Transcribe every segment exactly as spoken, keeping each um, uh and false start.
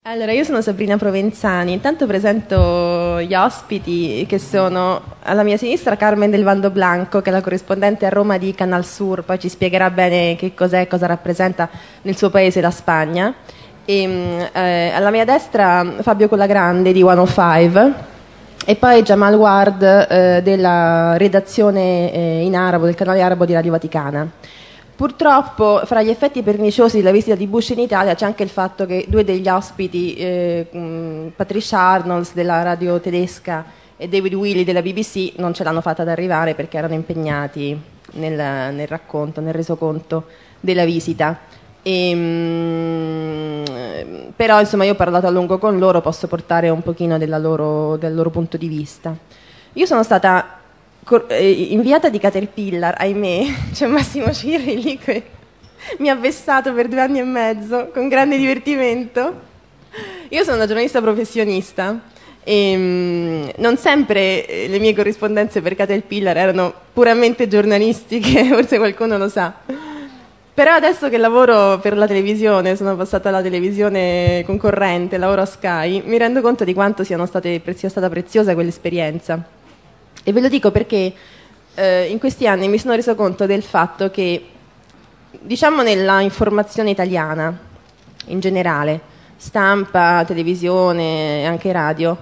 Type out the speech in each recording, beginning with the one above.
Allora, io sono Sabrina Provenzani. Intanto presento gli ospiti, che sono alla mia sinistra Carmen del Vando Blanco, che è la corrispondente a Roma di Canal Sur, poi ci spiegherà bene che cos'è e cosa rappresenta nel suo paese la Spagna. E, eh, alla mia destra Fabio Colagrande di centocinque e poi Jamal Ward eh, della redazione eh, in arabo, del canale arabo di Radio Vaticana. Purtroppo, fra gli effetti perniciosi della visita di Bush in Italia c'è anche il fatto che due degli ospiti, eh, Patricia Arnolds della radio tedesca e David Willey della B B C, non ce l'hanno fatta ad arrivare perché erano impegnati nel, nel racconto, nel resoconto della visita. E, mh, però insomma io ho parlato a lungo con loro, posso portare un pochino della loro, del loro punto di vista. Io sono stata inviata di Caterpillar, ahimè, c'è Massimo Cirri lì che mi ha vessato per due anni e mezzo con grande divertimento. Io sono una giornalista professionista e mh, non sempre le mie corrispondenze per Caterpillar erano puramente giornalistiche, forse qualcuno lo sa, però adesso che lavoro per la televisione, sono passata alla televisione concorrente, lavoro a Sky, mi rendo conto di quanto siano state, sia stata preziosa quell'esperienza. E ve lo dico perché eh, in questi anni mi sono reso conto del fatto che, diciamo, nella informazione italiana, in generale, stampa, televisione e anche radio,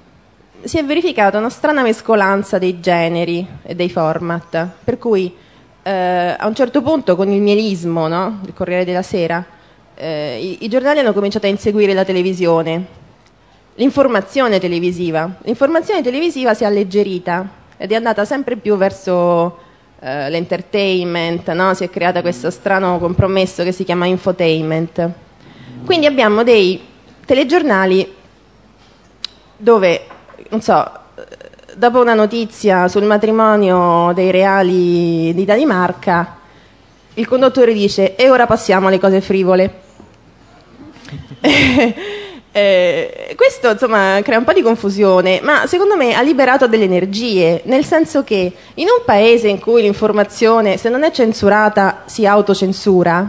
si è verificata una strana mescolanza dei generi e dei format, per cui eh, a un certo punto con il mielismo, no, del Corriere della Sera, eh, i, i giornali hanno cominciato a inseguire la televisione. L'informazione televisiva. L'informazione televisiva si è alleggerita ed è andata sempre più verso eh, l'entertainment, no? Si è creato questo strano compromesso che si chiama infotainment. Quindi abbiamo dei telegiornali dove, non so, dopo una notizia sul matrimonio dei reali di Danimarca, il conduttore dice: e ora passiamo alle cose frivole. Eh, questo insomma crea un po' di confusione, ma secondo me ha liberato delle energie, nel senso che in un paese in cui l'informazione, se non è censurata, si autocensura,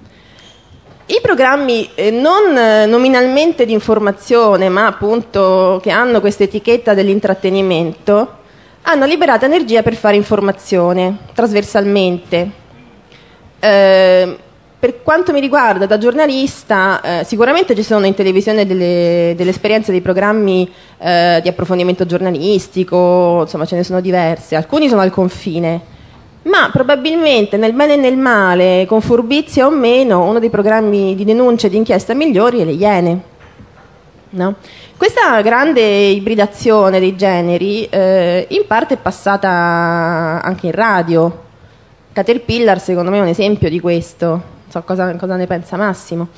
i programmi eh, non eh, nominalmente di informazione, ma appunto che hanno questa etichetta dell'intrattenimento, hanno liberato energia per fare informazione trasversalmente. Eh, Per quanto mi riguarda, da giornalista, eh, sicuramente ci sono in televisione delle, delle esperienze, dei programmi eh, di approfondimento giornalistico, insomma ce ne sono diverse, alcuni sono al confine, ma probabilmente nel bene e nel male, con furbizia o meno, uno dei programmi di denuncia e di inchiesta migliori è Le Iene. No? Questa grande ibridazione dei generi eh, in parte è passata anche in radio. Caterpillar secondo me è un esempio di questo. So cosa, cosa ne pensa Massimo.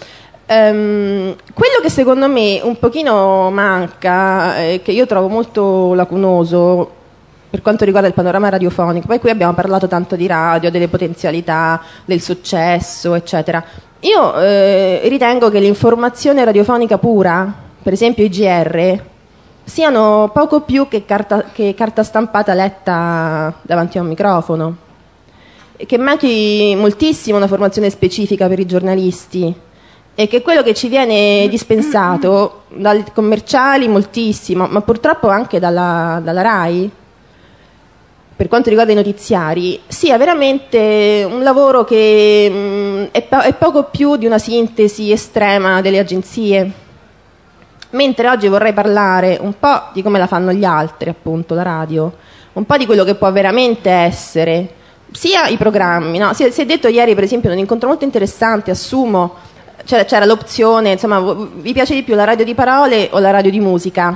Um, quello che secondo me un pochino manca e eh, che io trovo molto lacunoso per quanto riguarda il panorama radiofonico, poi qui abbiamo parlato tanto di radio, delle potenzialità, del successo, eccetera. Io eh, ritengo che l'informazione radiofonica pura, per esempio i G R, siano poco più che carta, che carta stampata letta davanti a un microfono. Che manchi moltissimo una formazione specifica per i giornalisti e che quello che ci viene dispensato dalle commerciali moltissimo, ma purtroppo anche dalla, dalla RAI, per quanto riguarda i notiziari, sia veramente un lavoro che mh, è, po- è poco più di una sintesi estrema delle agenzie. Mentre oggi vorrei parlare un po' di come la fanno gli altri, appunto la radio, un po' di quello che può veramente essere sia i programmi, no? Si, si è detto ieri, per esempio, in un incontro molto interessante, assumo, c'era, c'era l'opzione, insomma, vi piace di più la radio di parole o la radio di musica?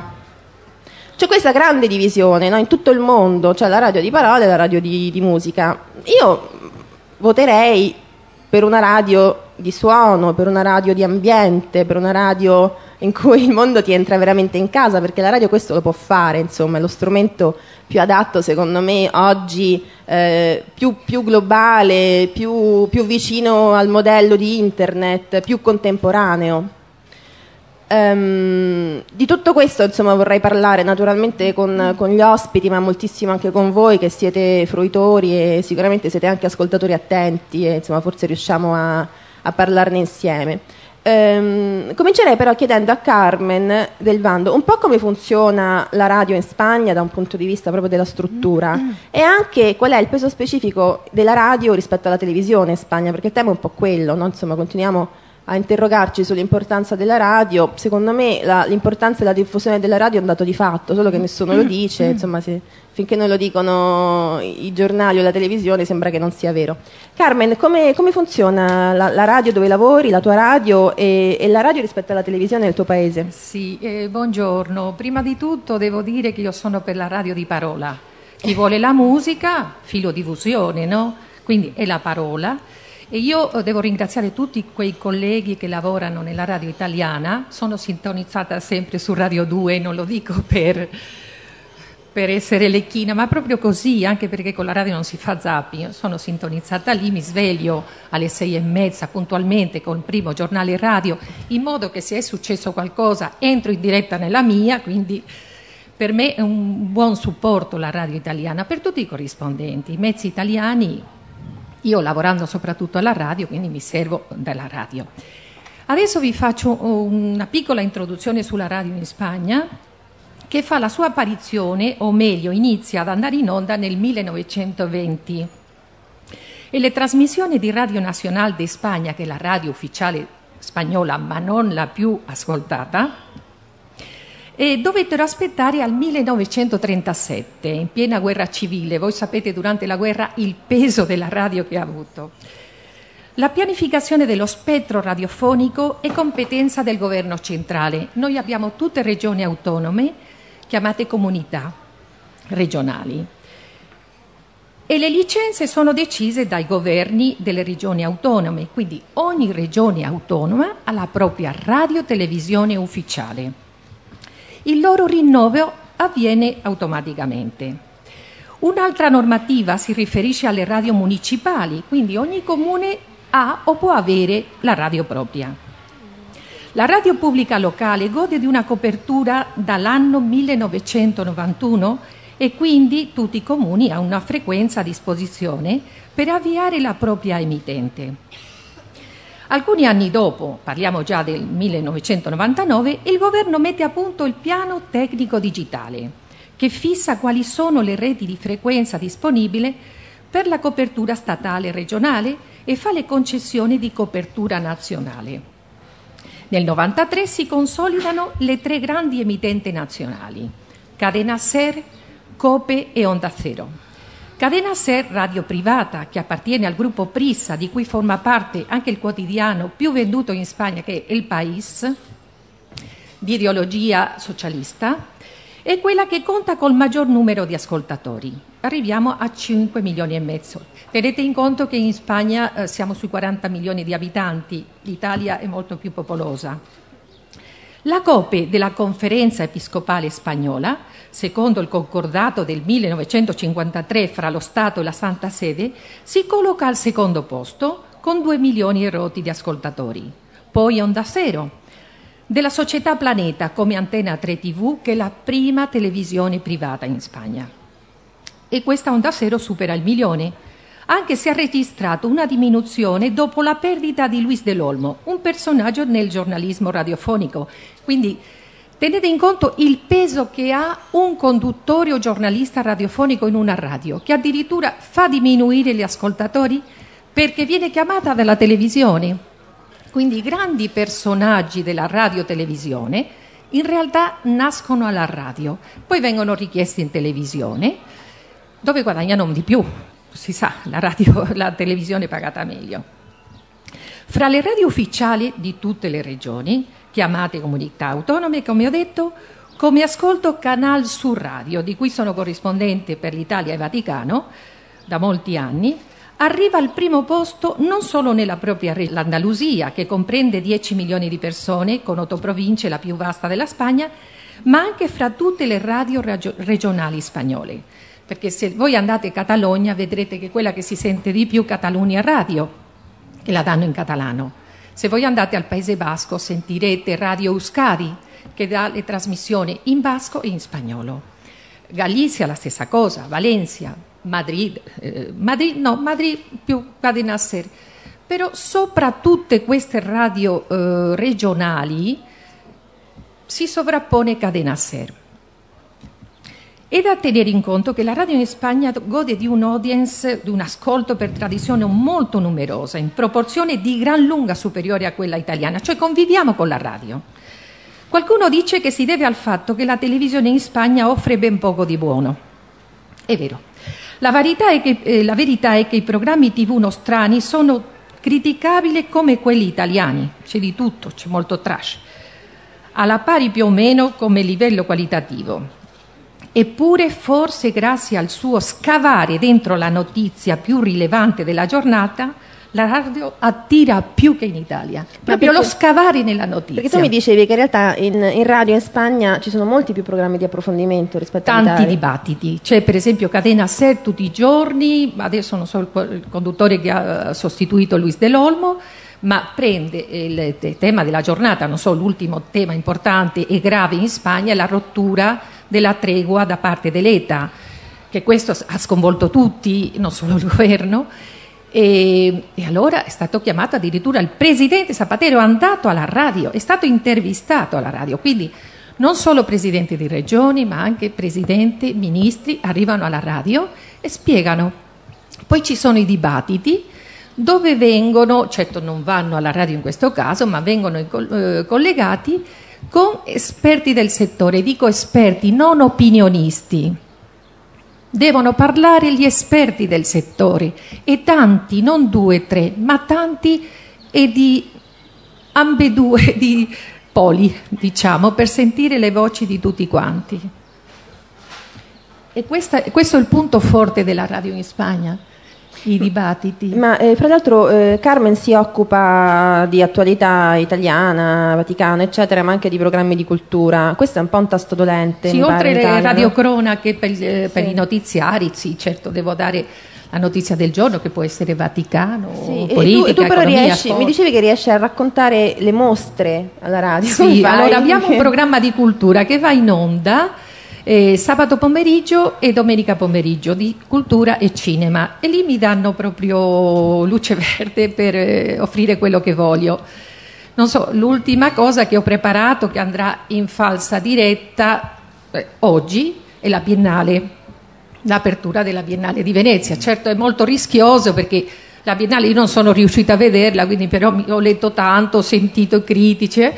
C'è questa grande divisione, no? In tutto il mondo, cioè la radio di parole e la radio di, di musica. Io voterei per una radio di suono, per una radio di ambiente, per una radio in cui il mondo ti entra veramente in casa, perché la radio questo lo può fare, insomma, è lo strumento più adatto secondo me oggi, eh, più, più globale, più, più vicino al modello di internet, più contemporaneo. Um, di tutto questo insomma vorrei parlare naturalmente con, con gli ospiti, ma moltissimo anche con voi che siete fruitori e sicuramente siete anche ascoltatori attenti e insomma forse riusciamo a, a parlarne insieme. Ehm, comincerei però chiedendo a Carmen Del Vando un po' come funziona la radio in Spagna da un punto di vista proprio della struttura mm. e anche qual è il peso specifico della radio rispetto alla televisione in Spagna, perché il tema è un po' quello, no? Insomma, continuiamo a interrogarci sull'importanza della radio. Secondo me la, l'importanza della diffusione della radio è un dato di fatto, solo che nessuno lo dice, insomma, se, finché non lo dicono i giornali o la televisione sembra che non sia vero. Carmen, come, come funziona la, la radio dove lavori, la tua radio e, e la radio rispetto alla televisione nel tuo paese? Sì, eh, buongiorno. Prima di tutto devo dire che io sono per la radio di parola. Chi vuole la musica, filodiffusione, no? Quindi è la parola. E io devo ringraziare tutti quei colleghi che lavorano nella radio italiana. Sono sintonizzata sempre su Radio due, non lo dico per, per essere lecchina, ma proprio così, anche perché con la radio non si fa zapping. Sono sintonizzata lì, mi sveglio alle sei e mezza puntualmente con il primo giornale radio, in modo che se è successo qualcosa entro in diretta nella mia, quindi per me è un buon supporto la radio italiana, per tutti i corrispondenti, i mezzi italiani. Io lavorando soprattutto alla radio, quindi mi servo della radio. Adesso vi faccio una piccola introduzione sulla radio in Spagna, che fa la sua apparizione, o meglio inizia ad andare in onda nel millenovecentoventi. E le trasmissioni di Radio Nacional de Spagna, che è la radio ufficiale spagnola ma non la più ascoltata, e dovettero aspettare al millenovecentotrentasette, in piena guerra civile. Voi sapete durante la guerra il peso della radio che ha avuto. La pianificazione dello spettro radiofonico è competenza del governo centrale. Noi abbiamo tutte regioni autonome, chiamate comunità regionali, e le licenze sono decise dai governi delle regioni autonome, quindi ogni regione autonoma ha la propria radiotelevisione ufficiale. Il loro rinnovo avviene automaticamente. Un'altra normativa si riferisce alle radio municipali, quindi ogni comune ha o può avere la radio propria. La radio pubblica locale gode di una copertura dall'anno millenovecentonovantuno e quindi tutti i comuni hanno una frequenza a disposizione per avviare la propria emittente. Alcuni anni dopo, parliamo già del millenovecentonovantanove, il governo mette a punto il piano tecnico digitale, che fissa quali sono le reti di frequenza disponibili per la copertura statale e regionale e fa le concessioni di copertura nazionale. Nel novantatré si consolidano le tre grandi emittenti nazionali, Cadena Ser, Cope e Onda Cero. Cadena Ser, radio privata che appartiene al gruppo Prisa, di cui forma parte anche il quotidiano più venduto in Spagna, che è El País, di ideologia socialista, è quella che conta col maggior numero di ascoltatori. Arriviamo a cinque milioni e mezzo. Tenete in conto che in Spagna eh, siamo sui quaranta milioni di abitanti, l'Italia è molto più popolosa. La Cope della Conferenza Episcopale Spagnola, secondo il concordato del millenovecentocinquantatré fra lo Stato e la Santa Sede, si colloca al secondo posto con due milioni e rotti di ascoltatori. Poi Onda Cero, della società Planeta come Antena tre tivù, che è la prima televisione privata in Spagna. E questa Onda Cero supera il milione, anche se ha registrato una diminuzione dopo la perdita di Luis del Olmo, un personaggio nel giornalismo radiofonico. Quindi tenete in conto il peso che ha un conduttore o giornalista radiofonico in una radio, che addirittura fa diminuire gli ascoltatori perché viene chiamata dalla televisione. Quindi i grandi personaggi della radiotelevisione in realtà nascono alla radio, poi vengono richiesti in televisione, dove guadagnano di più. Si sa, la, radio, la televisione è pagata meglio. Fra le radio ufficiali di tutte le regioni, chiamate comunità autonome, come ho detto, come ascolto Canal Sur Radio, di cui sono corrispondente per l'Italia e Vaticano da molti anni, arriva al primo posto non solo nella propria regione, l'Andalusia, che comprende dieci milioni di persone, con otto province, la più vasta della Spagna, ma anche fra tutte le radio ragio- regionali spagnole. Perché se voi andate in Catalogna vedrete che quella che si sente di più è Catalunya Radio, che la danno in catalano. Se voi andate al Paese Basco sentirete Radio Euskadi, che dà le trasmissioni in basco e in spagnolo. Galizia la stessa cosa, Valencia, Madrid, eh, Madrid no, Madrid più Cadena Ser, Però sopra tutte queste radio eh, regionali si sovrappone Cadena Ser. È da tenere in conto che la radio in Spagna gode di un audience, di un ascolto per tradizione molto numerosa, in proporzione di gran lunga superiore a quella italiana, cioè conviviamo con la radio. Qualcuno dice che si deve al fatto che la televisione in Spagna offre ben poco di buono. È vero. La verità è che, eh, la verità è che i programmi tivù nostrani sono criticabili come quelli italiani, c'è di tutto, c'è molto trash, alla pari più o meno come livello qualitativo. Eppure, forse grazie al suo scavare dentro la notizia più rilevante della giornata, la radio attira più che in Italia. Proprio perché, lo scavare nella notizia. Perché tu mi dicevi che in realtà in, in radio in Spagna ci sono molti più programmi di approfondimento rispetto all'Italia. all'Italia. Tanti dibattiti. C'è per esempio Cadena Ser tutti i giorni, adesso non so il conduttore che ha sostituito Luis dell'Olmo, ma prende il tema della giornata, non so, l'ultimo tema importante e grave in Spagna è la rottura della tregua da parte dell'E T A, che questo ha sconvolto tutti, non solo il governo, e, e allora è stato chiamato addirittura il presidente Zapatero, è andato alla radio, è stato intervistato alla radio, quindi non solo presidenti di regioni, ma anche presidenti, ministri arrivano alla radio e spiegano. Poi ci sono i dibattiti, dove vengono, certo non vanno alla radio in questo caso, ma vengono eh, collegati con esperti del settore, dico esperti, non opinionisti. Devono parlare gli esperti del settore e tanti, non due, tre, ma tanti e di ambedue, di poli, diciamo, per sentire le voci di tutti quanti. E questa, questo è il punto forte della radio in Spagna. I dibattiti. Ma eh, fra l'altro eh, Carmen si occupa di attualità italiana, Vaticano, eccetera, ma anche di programmi di cultura. Questo è un po' un tasto dolente. Sì, mi oltre pare, le Italia, radiocronache per, eh, per sì. i notiziari, sì, certo, devo dare la notizia del giorno, che può essere Vaticano, sì. politica, e tu, tu però economia, riesci, mi dicevi che riesci a raccontare le mostre alla radio. Sì, allora abbiamo un programma di cultura che va in onda Eh, sabato pomeriggio e domenica pomeriggio di cultura e cinema, e lì mi danno proprio luce verde per eh, offrire quello che voglio. Non so, l'ultima cosa che ho preparato che andrà in falsa diretta eh, oggi è la Biennale, l'apertura della Biennale di Venezia. Certo è molto rischioso perché la Biennale io non sono riuscita a vederla, quindi però mi, ho letto tanto, ho sentito critici eh.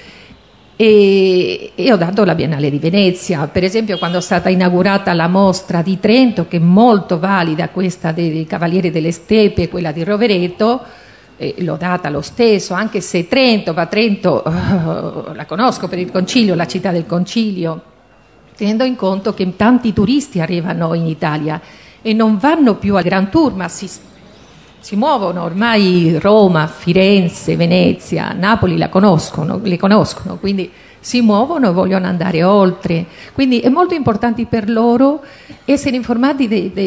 E, e ho dato la Biennale di Venezia, per esempio quando è stata inaugurata la mostra di Trento, che è molto valida, questa dei Cavalieri delle Steppe e quella di Rovereto, eh, l'ho data lo stesso, anche se Trento, ma Trento uh, la conosco per il Concilio, la città del Concilio, tenendo in conto che tanti turisti arrivano in Italia e non vanno più al Grand Tour, ma si Si muovono ormai Roma, Firenze, Venezia, Napoli la conoscono, le conoscono, quindi si muovono e vogliono andare oltre. Quindi è molto importante per loro essere informati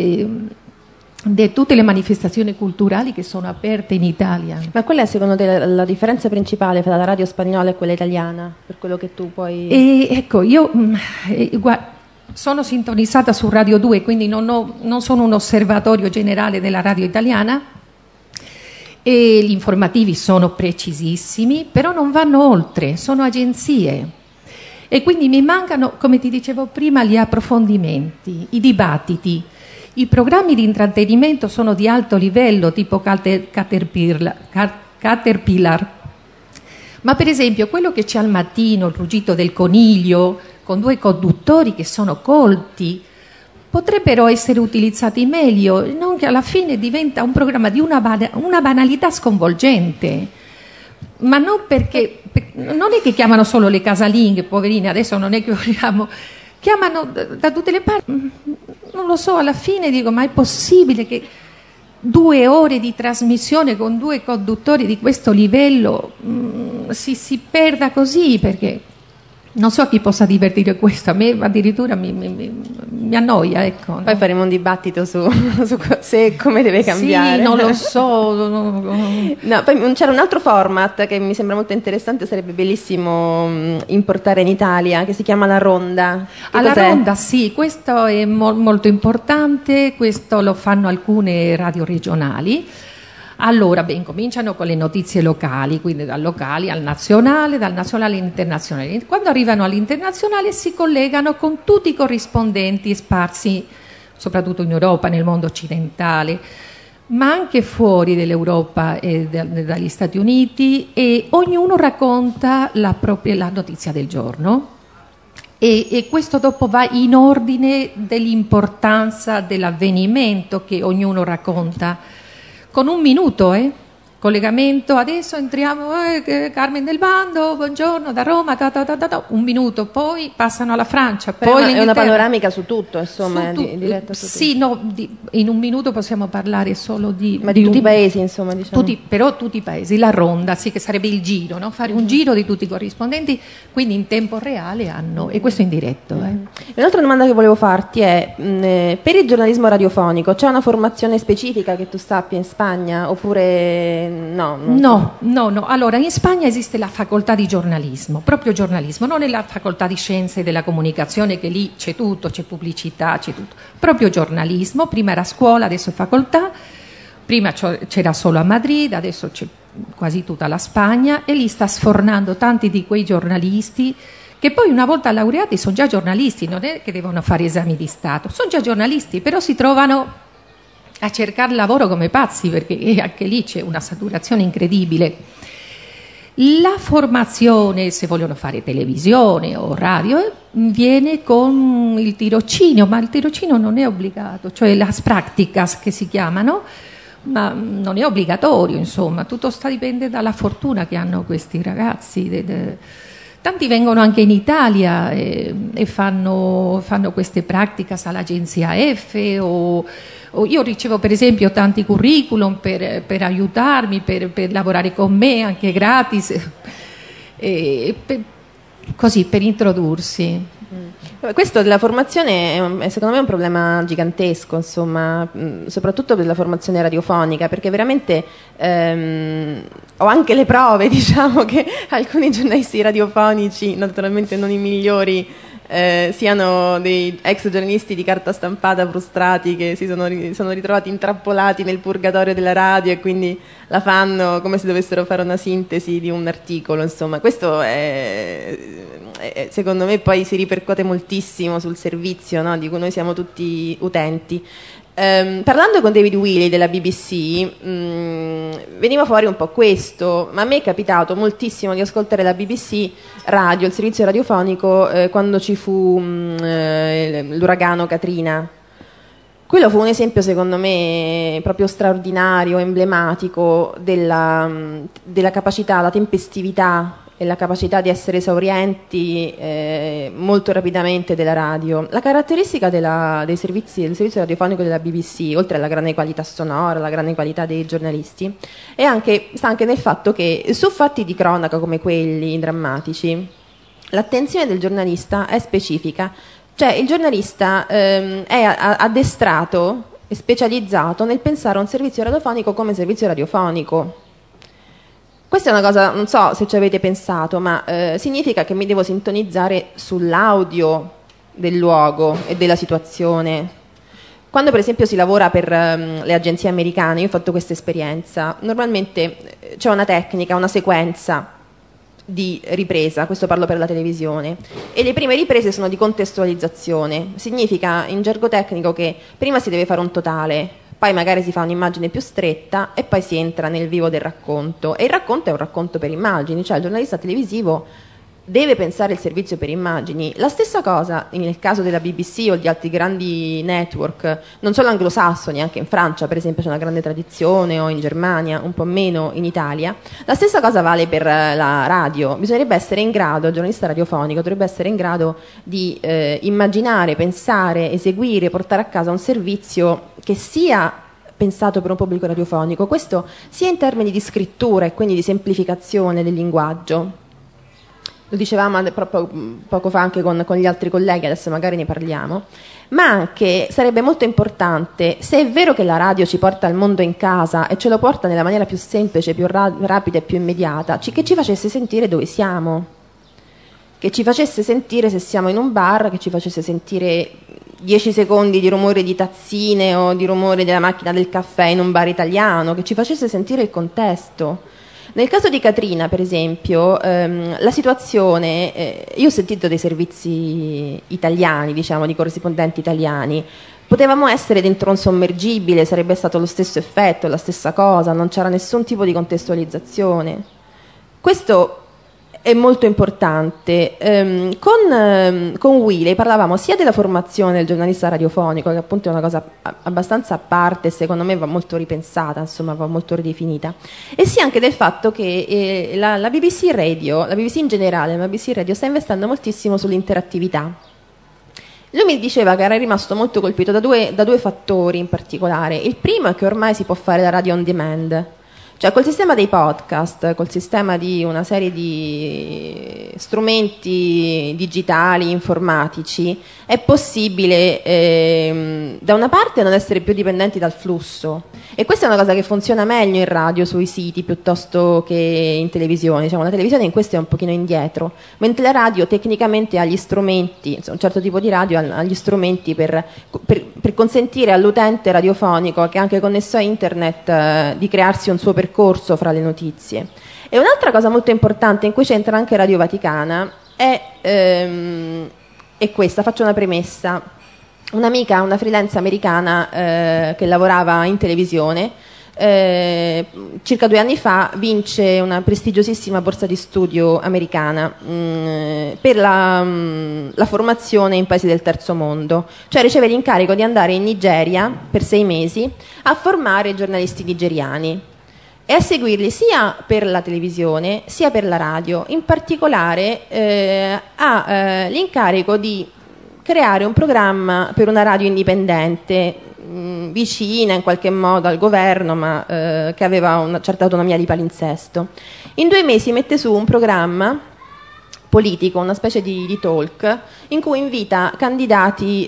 di tutte le manifestazioni culturali che sono aperte in Italia. Ma qual è secondo te la, la differenza principale tra la radio spagnola e quella italiana, per quello che tu puoi... E, ecco, io eh, guarda, sono sintonizzata su Radio due, quindi non, ho, non sono un osservatorio generale della radio italiana, e gli informativi sono precisissimi, però non vanno oltre, sono agenzie e quindi mi mancano, come ti dicevo prima, gli approfondimenti, i dibattiti. I programmi di intrattenimento sono di alto livello, tipo Caterpillar, Caterpillar. Ma per esempio quello che c'è al mattino, il ruggito del coniglio, con due conduttori che sono colti, potrebbero essere utilizzati meglio, non che alla fine diventa un programma di una, una banalità sconvolgente. Ma non perché, non è che chiamano solo le casalinghe, poverine, adesso non è che vogliamo, chiamano da, da tutte le parti, non lo so, alla fine dico, ma è possibile che due ore di trasmissione con due conduttori di questo livello mh, si, si perda così? Perché non so a chi possa divertire questo, a me addirittura mi, mi, mi annoia, ecco. Poi no? Faremo un dibattito su, su se e come deve cambiare. Sì, non lo so. No, poi c'era un altro format che mi sembra molto interessante, sarebbe bellissimo mh, importare in Italia, che si chiama La Ronda. Che Alla cos'è? Ronda, sì, questo è mo- molto importante, questo lo fanno alcune radio regionali. Allora, beh, incominciano con le notizie locali, quindi dal locale al nazionale, dal nazionale all'internazionale. Quando arrivano all'internazionale si collegano con tutti i corrispondenti sparsi, soprattutto in Europa, nel mondo occidentale, ma anche fuori dell'Europa e dagli Stati Uniti, e ognuno racconta la propria la notizia del giorno. E, e questo dopo va in ordine dell'importanza dell'avvenimento che ognuno racconta. Con un minuto, eh? Collegamento, adesso entriamo, eh, Carmen del Bando, buongiorno, da Roma, ta, ta, ta, ta, ta, un minuto, poi passano alla Francia, Però poi è una panoramica su tutto, insomma, su tu, di, diretta su sì, tutto. no, di, in un minuto possiamo parlare solo di... Ma di, di tutti un, i paesi, insomma, diciamo. Tutti, però tutti i paesi, la ronda, sì, che sarebbe il giro, no? Fare un giro di tutti i corrispondenti, quindi in tempo reale hanno, e questo in diretto. Eh. Un'altra domanda che volevo farti è, mh, per il giornalismo radiofonico c'è una formazione specifica che tu sappia in Spagna, oppure no? No. No, no, no. Allora, in Spagna esiste la facoltà di giornalismo, proprio giornalismo, non è la facoltà di scienze della comunicazione, che lì c'è tutto, c'è pubblicità, c'è tutto. Proprio giornalismo, prima era scuola, adesso è facoltà, prima c'era solo a Madrid, adesso c'è quasi tutta la Spagna, e lì sta sfornando tanti di quei giornalisti che poi una volta laureati sono già giornalisti, non è che devono fare esami di Stato, sono già giornalisti, però si trovano a cercare lavoro come pazzi, perché anche lì c'è una saturazione incredibile. La formazione, se vogliono fare televisione o radio, viene con il tirocinio, ma il tirocinio non è obbligato, cioè las prácticas che si chiamano, ma non è obbligatorio, insomma, tutto sta dipende dalla fortuna che hanno questi ragazzi. De, de, Tanti vengono anche in Italia e, e fanno, fanno queste practicas all'agenzia F o, o io ricevo per esempio tanti curriculum per, per aiutarmi, per, per lavorare con me anche gratis, e per, così per introdursi. Questo della formazione è, un, è secondo me un problema gigantesco, insomma, mh, soprattutto per la formazione radiofonica, perché veramente ehm, ho anche le prove, diciamo, che alcuni giornalisti radiofonici, naturalmente non i migliori, eh, siano dei ex giornalisti di carta stampata frustrati che si sono, sono ritrovati intrappolati nel purgatorio della radio e quindi la fanno come se dovessero fare una sintesi di un articolo, insomma. Questo è, è, secondo me poi si ripercuote moltissimo sul servizio, no? Di cui noi siamo tutti utenti. Um, parlando con David Willey della B B C, um, veniva fuori un po' questo, ma a me è capitato moltissimo di ascoltare la B B C radio, il servizio radiofonico, eh, quando ci fu um, eh, l'uragano Katrina. Quello fu un esempio, secondo me, proprio straordinario, emblematico della, della capacità, la tempestività e la capacità di essere esaurienti eh, molto rapidamente della radio. La caratteristica della, dei servizi, del servizio radiofonico della B B C, oltre alla grande qualità sonora, alla grande qualità dei giornalisti, è anche, sta anche nel fatto che su fatti di cronaca come quelli drammatici, l'attenzione del giornalista è specifica. Cioè il giornalista ehm, è addestrato e specializzato nel pensare a un servizio radiofonico come servizio radiofonico. Questa è una cosa, non so se ci avete pensato, ma eh, significa che mi devo sintonizzare sull'audio del luogo e della situazione. Quando per esempio si lavora per um, le agenzie americane, io ho fatto questa esperienza, normalmente c'è una tecnica, una sequenza di ripresa, questo parlo per la televisione, e le prime riprese sono di contestualizzazione. Significa in gergo tecnico che prima si deve fare un totale, poi magari si fa un'immagine più stretta e poi si entra nel vivo del racconto, e il racconto è un racconto per immagini, cioè il giornalista televisivo deve pensare il servizio per immagini. La stessa cosa nel caso della B B C o di altri grandi network, non solo anglosassoni, anche in Francia per esempio c'è una grande tradizione, o in Germania, un po' meno in Italia. La stessa cosa vale per la radio. Bisognerebbe essere in grado, il giornalista radiofonico dovrebbe essere in grado di eh, immaginare, pensare, eseguire, portare a casa un servizio che sia pensato per un pubblico radiofonico, questo sia in termini di scrittura e quindi di semplificazione del linguaggio. Lo dicevamo proprio poco fa anche con, con gli altri colleghi, adesso magari ne parliamo, ma anche sarebbe molto importante, se è vero che la radio ci porta il mondo in casa e ce lo porta nella maniera più semplice, più ra- rapida e più immediata, ci, che ci facesse sentire dove siamo. che ci facesse sentire se siamo in un bar, che ci facesse sentire dieci secondi di rumore di tazzine o di rumore della macchina del caffè in un bar italiano, che ci facesse sentire il contesto. Nel caso di Katrina, per esempio, ehm, la situazione, eh, io ho sentito dei servizi italiani, diciamo, di corrispondenti italiani, potevamo essere dentro un sommergibile, sarebbe stato lo stesso effetto, la stessa cosa, non c'era nessun tipo di contestualizzazione. Questo è molto importante. Um, con, um, con Wiley parlavamo sia della formazione del giornalista radiofonico, che appunto è una cosa abbastanza a parte, secondo me va molto ripensata, insomma va molto ridefinita, e sia anche del fatto che eh, la, la B B C Radio, la B B C in generale, ma la B B C Radio sta investendo moltissimo sull'interattività. Lui mi diceva che era rimasto molto colpito da due, da due fattori in particolare. Il primo è che ormai si può fare la radio on demand. Cioè col sistema dei podcast, col sistema di una serie di strumenti digitali, informatici, è possibile ehm, da una parte non essere più dipendenti dal flusso, e questa è una cosa che funziona meglio in radio, sui siti, piuttosto che in televisione. Diciamo, la televisione in questo è un pochino indietro, mentre la radio tecnicamente ha gli strumenti, insomma, un certo tipo di radio ha gli strumenti per, per, per consentire all'utente radiofonico, che è anche connesso a internet, eh, di crearsi un suo percorso fra le notizie. E un'altra cosa molto importante in cui c'entra anche Radio Vaticana è, ehm, è questa, faccio una premessa. Un'amica, una freelance americana eh, che lavorava in televisione, eh, circa due anni fa vince una prestigiosissima borsa di studio americana mh, per la, mh, la formazione in paesi del terzo mondo, cioè riceve l'incarico di andare in Nigeria per sei mesi a formare giornalisti nigeriani e a seguirli sia per la televisione sia per la radio. In particolare eh, ha eh, l'incarico di creare un programma per una radio indipendente, mh, vicina in qualche modo al governo, ma eh, che aveva una certa autonomia di palinsesto. In due mesi mette su un programma politico, una specie di, di talk, in cui invita candidati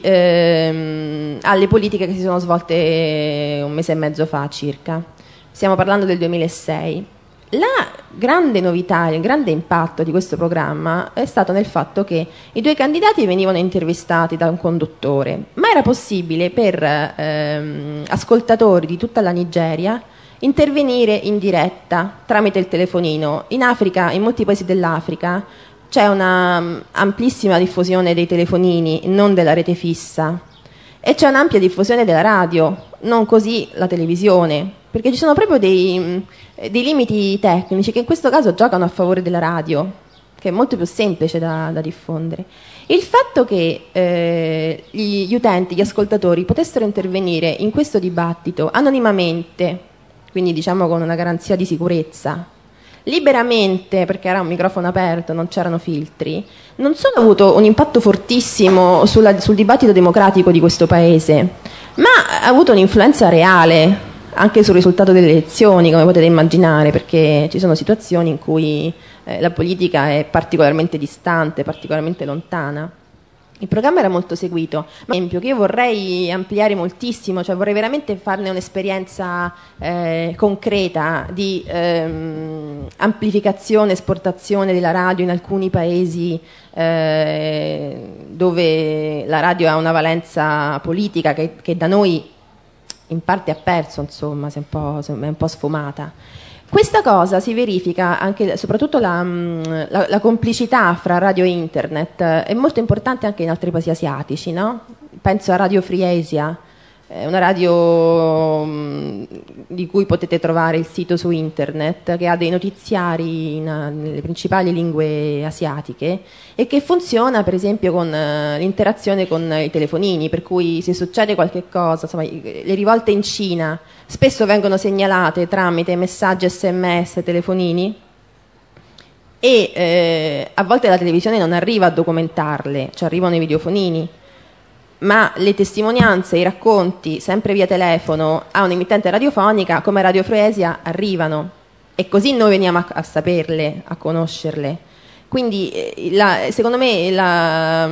ehm, alle politiche che si sono svolte un mese e mezzo fa circa. Stiamo parlando del duemilasei. La grande novità, il grande impatto di questo programma è stato nel fatto che i due candidati venivano intervistati da un conduttore, ma era possibile per ehm, ascoltatori di tutta la Nigeria intervenire in diretta tramite il telefonino. In Africa, in molti paesi dell'Africa, c'è una um, amplissima diffusione dei telefonini, non della rete fissa, e c'è un'ampia diffusione della radio, non così la televisione, perché ci sono proprio dei, dei limiti tecnici che in questo caso giocano a favore della radio, che è molto più semplice da, da diffondere. Il fatto che eh, gli, gli utenti, gli ascoltatori potessero intervenire in questo dibattito anonimamente, quindi diciamo con una garanzia di sicurezza, liberamente, perché era un microfono aperto, non c'erano filtri, non solo ha avuto un impatto fortissimo sulla, sul dibattito democratico di questo paese, ma ha avuto un'influenza reale anche sul risultato delle elezioni, come potete immaginare, perché ci sono situazioni in cui eh, la politica è particolarmente distante, particolarmente lontana. Il programma era molto seguito, ma esempio che io vorrei ampliare moltissimo, cioè vorrei veramente farne un'esperienza eh, concreta di ehm, amplificazione, esportazione della radio in alcuni paesi eh, dove la radio ha una valenza politica che, che da noi in parte ha perso, insomma, si è un po', è un po' sfumata. Questa cosa si verifica anche, soprattutto la, la, la complicità fra radio e internet è molto importante anche in altri paesi asiatici, no? Penso a Radio Free Asia, una radio di cui potete trovare il sito su internet, che ha dei notiziari in, nelle principali lingue asiatiche e che funziona per esempio con l'interazione con i telefonini, per cui se succede qualche cosa, insomma, le rivolte in Cina spesso vengono segnalate tramite messaggi sms, telefonini, e eh, a volte la televisione non arriva a documentarle, cioè arrivano i videofonini, ma le testimonianze, i racconti, sempre via telefono, a un'emittente radiofonica come Radio Free Asia arrivano, e così noi veniamo a, a saperle, a conoscerle. Quindi eh, la, secondo me la,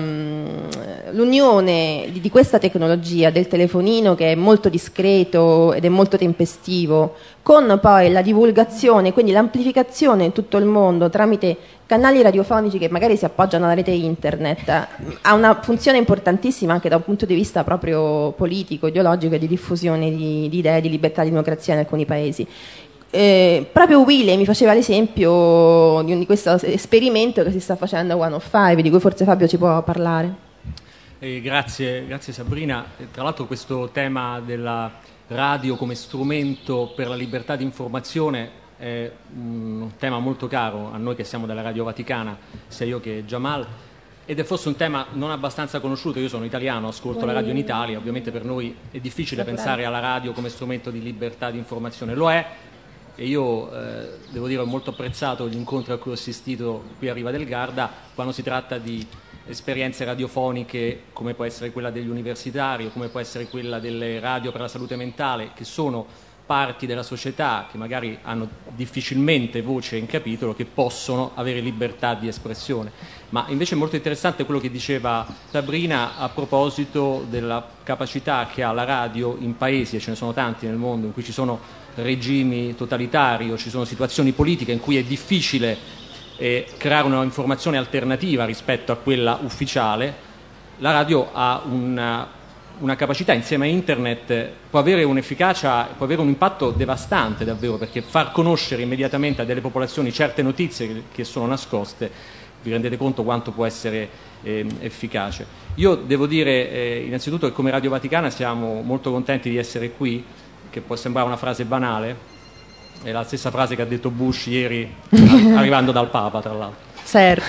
l'unione di, di questa tecnologia del telefonino, che è molto discreto ed è molto tempestivo, con poi la divulgazione, quindi l'amplificazione in tutto il mondo tramite canali radiofonici che magari si appoggiano alla rete internet, ha una funzione importantissima anche da un punto di vista proprio politico, ideologico e di diffusione di, di idee di libertà e di democrazia in alcuni paesi. Eh, proprio Willy mi faceva l'esempio di, di questo esperimento che si sta facendo a One oh Five, di cui forse Fabio ci può parlare. Eh, grazie, grazie Sabrina. Tra l'altro questo tema della radio come strumento per la libertà di informazione è un tema molto caro a noi che siamo della Radio Vaticana, sia io che Jamal, ed è forse un tema non abbastanza conosciuto. Io sono italiano, ascolto la radio in Italia, ovviamente per noi è difficile pensare alla radio come strumento di libertà di informazione. Lo è. E io eh, devo dire ho molto apprezzato gli incontri a cui ho assistito qui a Riva del Garda quando si tratta di esperienze radiofoniche come può essere quella degli universitari o come può essere quella delle radio per la salute mentale, che sono parti della società che magari hanno difficilmente voce in capitolo, che possono avere libertà di espressione. Ma invece è molto interessante quello che diceva Sabrina a proposito della capacità che ha la radio in paesi, e ce ne sono tanti nel mondo, in cui ci sono regimi totalitari o ci sono situazioni politiche in cui è difficile eh, creare una informazione alternativa rispetto a quella ufficiale. La radio ha una, una capacità, insieme a internet, può avere un'efficacia, può avere un impatto devastante davvero, perché far conoscere immediatamente a delle popolazioni certe notizie che, che sono nascoste, vi rendete conto quanto può essere eh, efficace. Io devo dire eh, innanzitutto che come Radio Vaticana siamo molto contenti di essere qui, che può sembrare una frase banale, è la stessa frase che ha detto Bush ieri arrivando dal Papa, tra l'altro. Sir.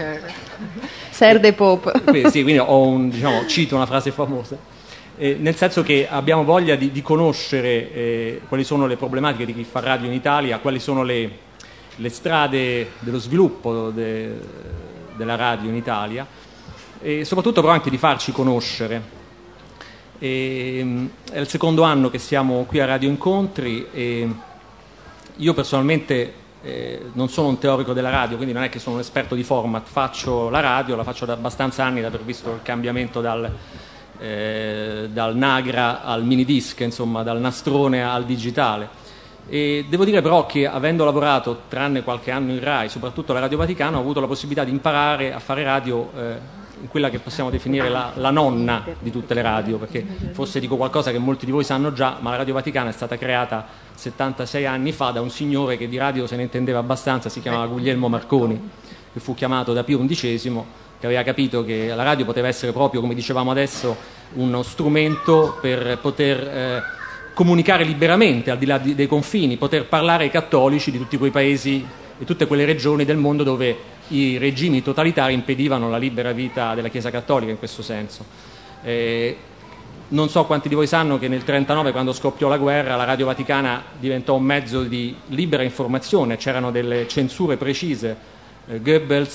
Sir the Pope. Quindi, sì, quindi ho un, diciamo, cito una frase famosa, eh, nel senso che abbiamo voglia di, di conoscere eh, quali sono le problematiche di chi fa radio in Italia, quali sono le, le strade dello sviluppo de, della radio in Italia, e soprattutto però anche di farci conoscere. E, è il secondo anno che siamo qui a Radio Incontri e io personalmente eh, non sono un teorico della radio, quindi non è che sono un esperto di format, faccio la radio, la faccio da abbastanza anni da aver visto il cambiamento dal, eh, dal Nagra al minidisc, insomma dal nastrone al digitale. E devo dire però che avendo lavorato tranne qualche anno in Rai, soprattutto alla Radio Vaticana, ho avuto la possibilità di imparare a fare radio eh, in quella che possiamo definire la, la nonna di tutte le radio, perché forse dico qualcosa che molti di voi sanno già, ma la Radio Vaticana è stata creata settantasei anni fa da un signore che di radio se ne intendeva abbastanza, si chiamava Guglielmo Marconi, che fu chiamato da Pio undicesimo, che aveva capito che la radio poteva essere proprio, come dicevamo adesso, uno strumento per poter eh, comunicare liberamente al di là di, dei confini, poter parlare ai cattolici di tutti quei paesi e tutte quelle regioni del mondo dove i regimi totalitari impedivano la libera vita della Chiesa Cattolica in questo senso. Eh, non so quanti di voi sanno che nel trentanove, quando scoppiò la guerra, la Radio Vaticana diventò un mezzo di libera informazione, c'erano delle censure precise. Eh, Goebbels,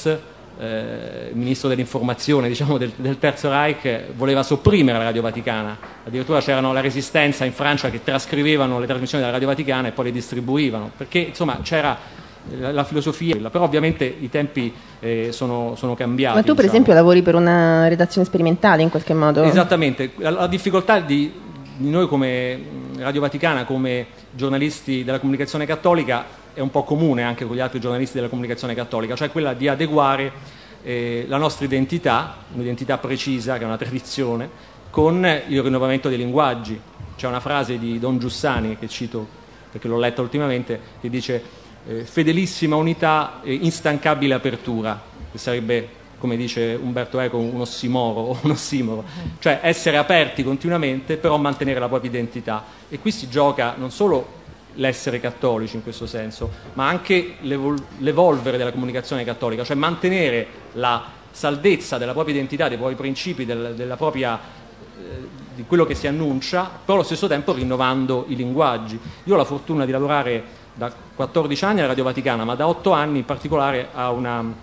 eh, ministro dell'informazione diciamo, del, del Terzo Reich, voleva sopprimere la Radio Vaticana, addirittura c'erano la Resistenza in Francia che trascrivevano le trasmissioni della Radio Vaticana e poi le distribuivano, perché insomma c'era la filosofia, però ovviamente i tempi eh, sono, sono cambiati. Ma tu per diciamo. esempio lavori per una redazione sperimentale in qualche modo? Esattamente, la, la difficoltà di, di noi come Radio Vaticana, come giornalisti della comunicazione cattolica, è un po' comune anche con gli altri giornalisti della comunicazione cattolica, cioè quella di adeguare eh, la nostra identità, un'identità precisa che è una tradizione, con il rinnovamento dei linguaggi. C'è una frase di Don Giussani che cito perché l'ho letta ultimamente, che dice Eh, fedelissima unità e instancabile apertura, che sarebbe, come dice Umberto Eco, un ossimoro o un ossimoro, cioè essere aperti continuamente però mantenere la propria identità. E qui si gioca non solo l'essere cattolici in questo senso, ma anche l'evol- l'evolvere della comunicazione cattolica, cioè mantenere la saldezza della propria identità, dei propri principi, del, della propria eh, di quello che si annuncia, però allo stesso tempo rinnovando i linguaggi. Io ho la fortuna di lavorare da quattordici anni alla Radio Vaticana, ma da otto anni in particolare a una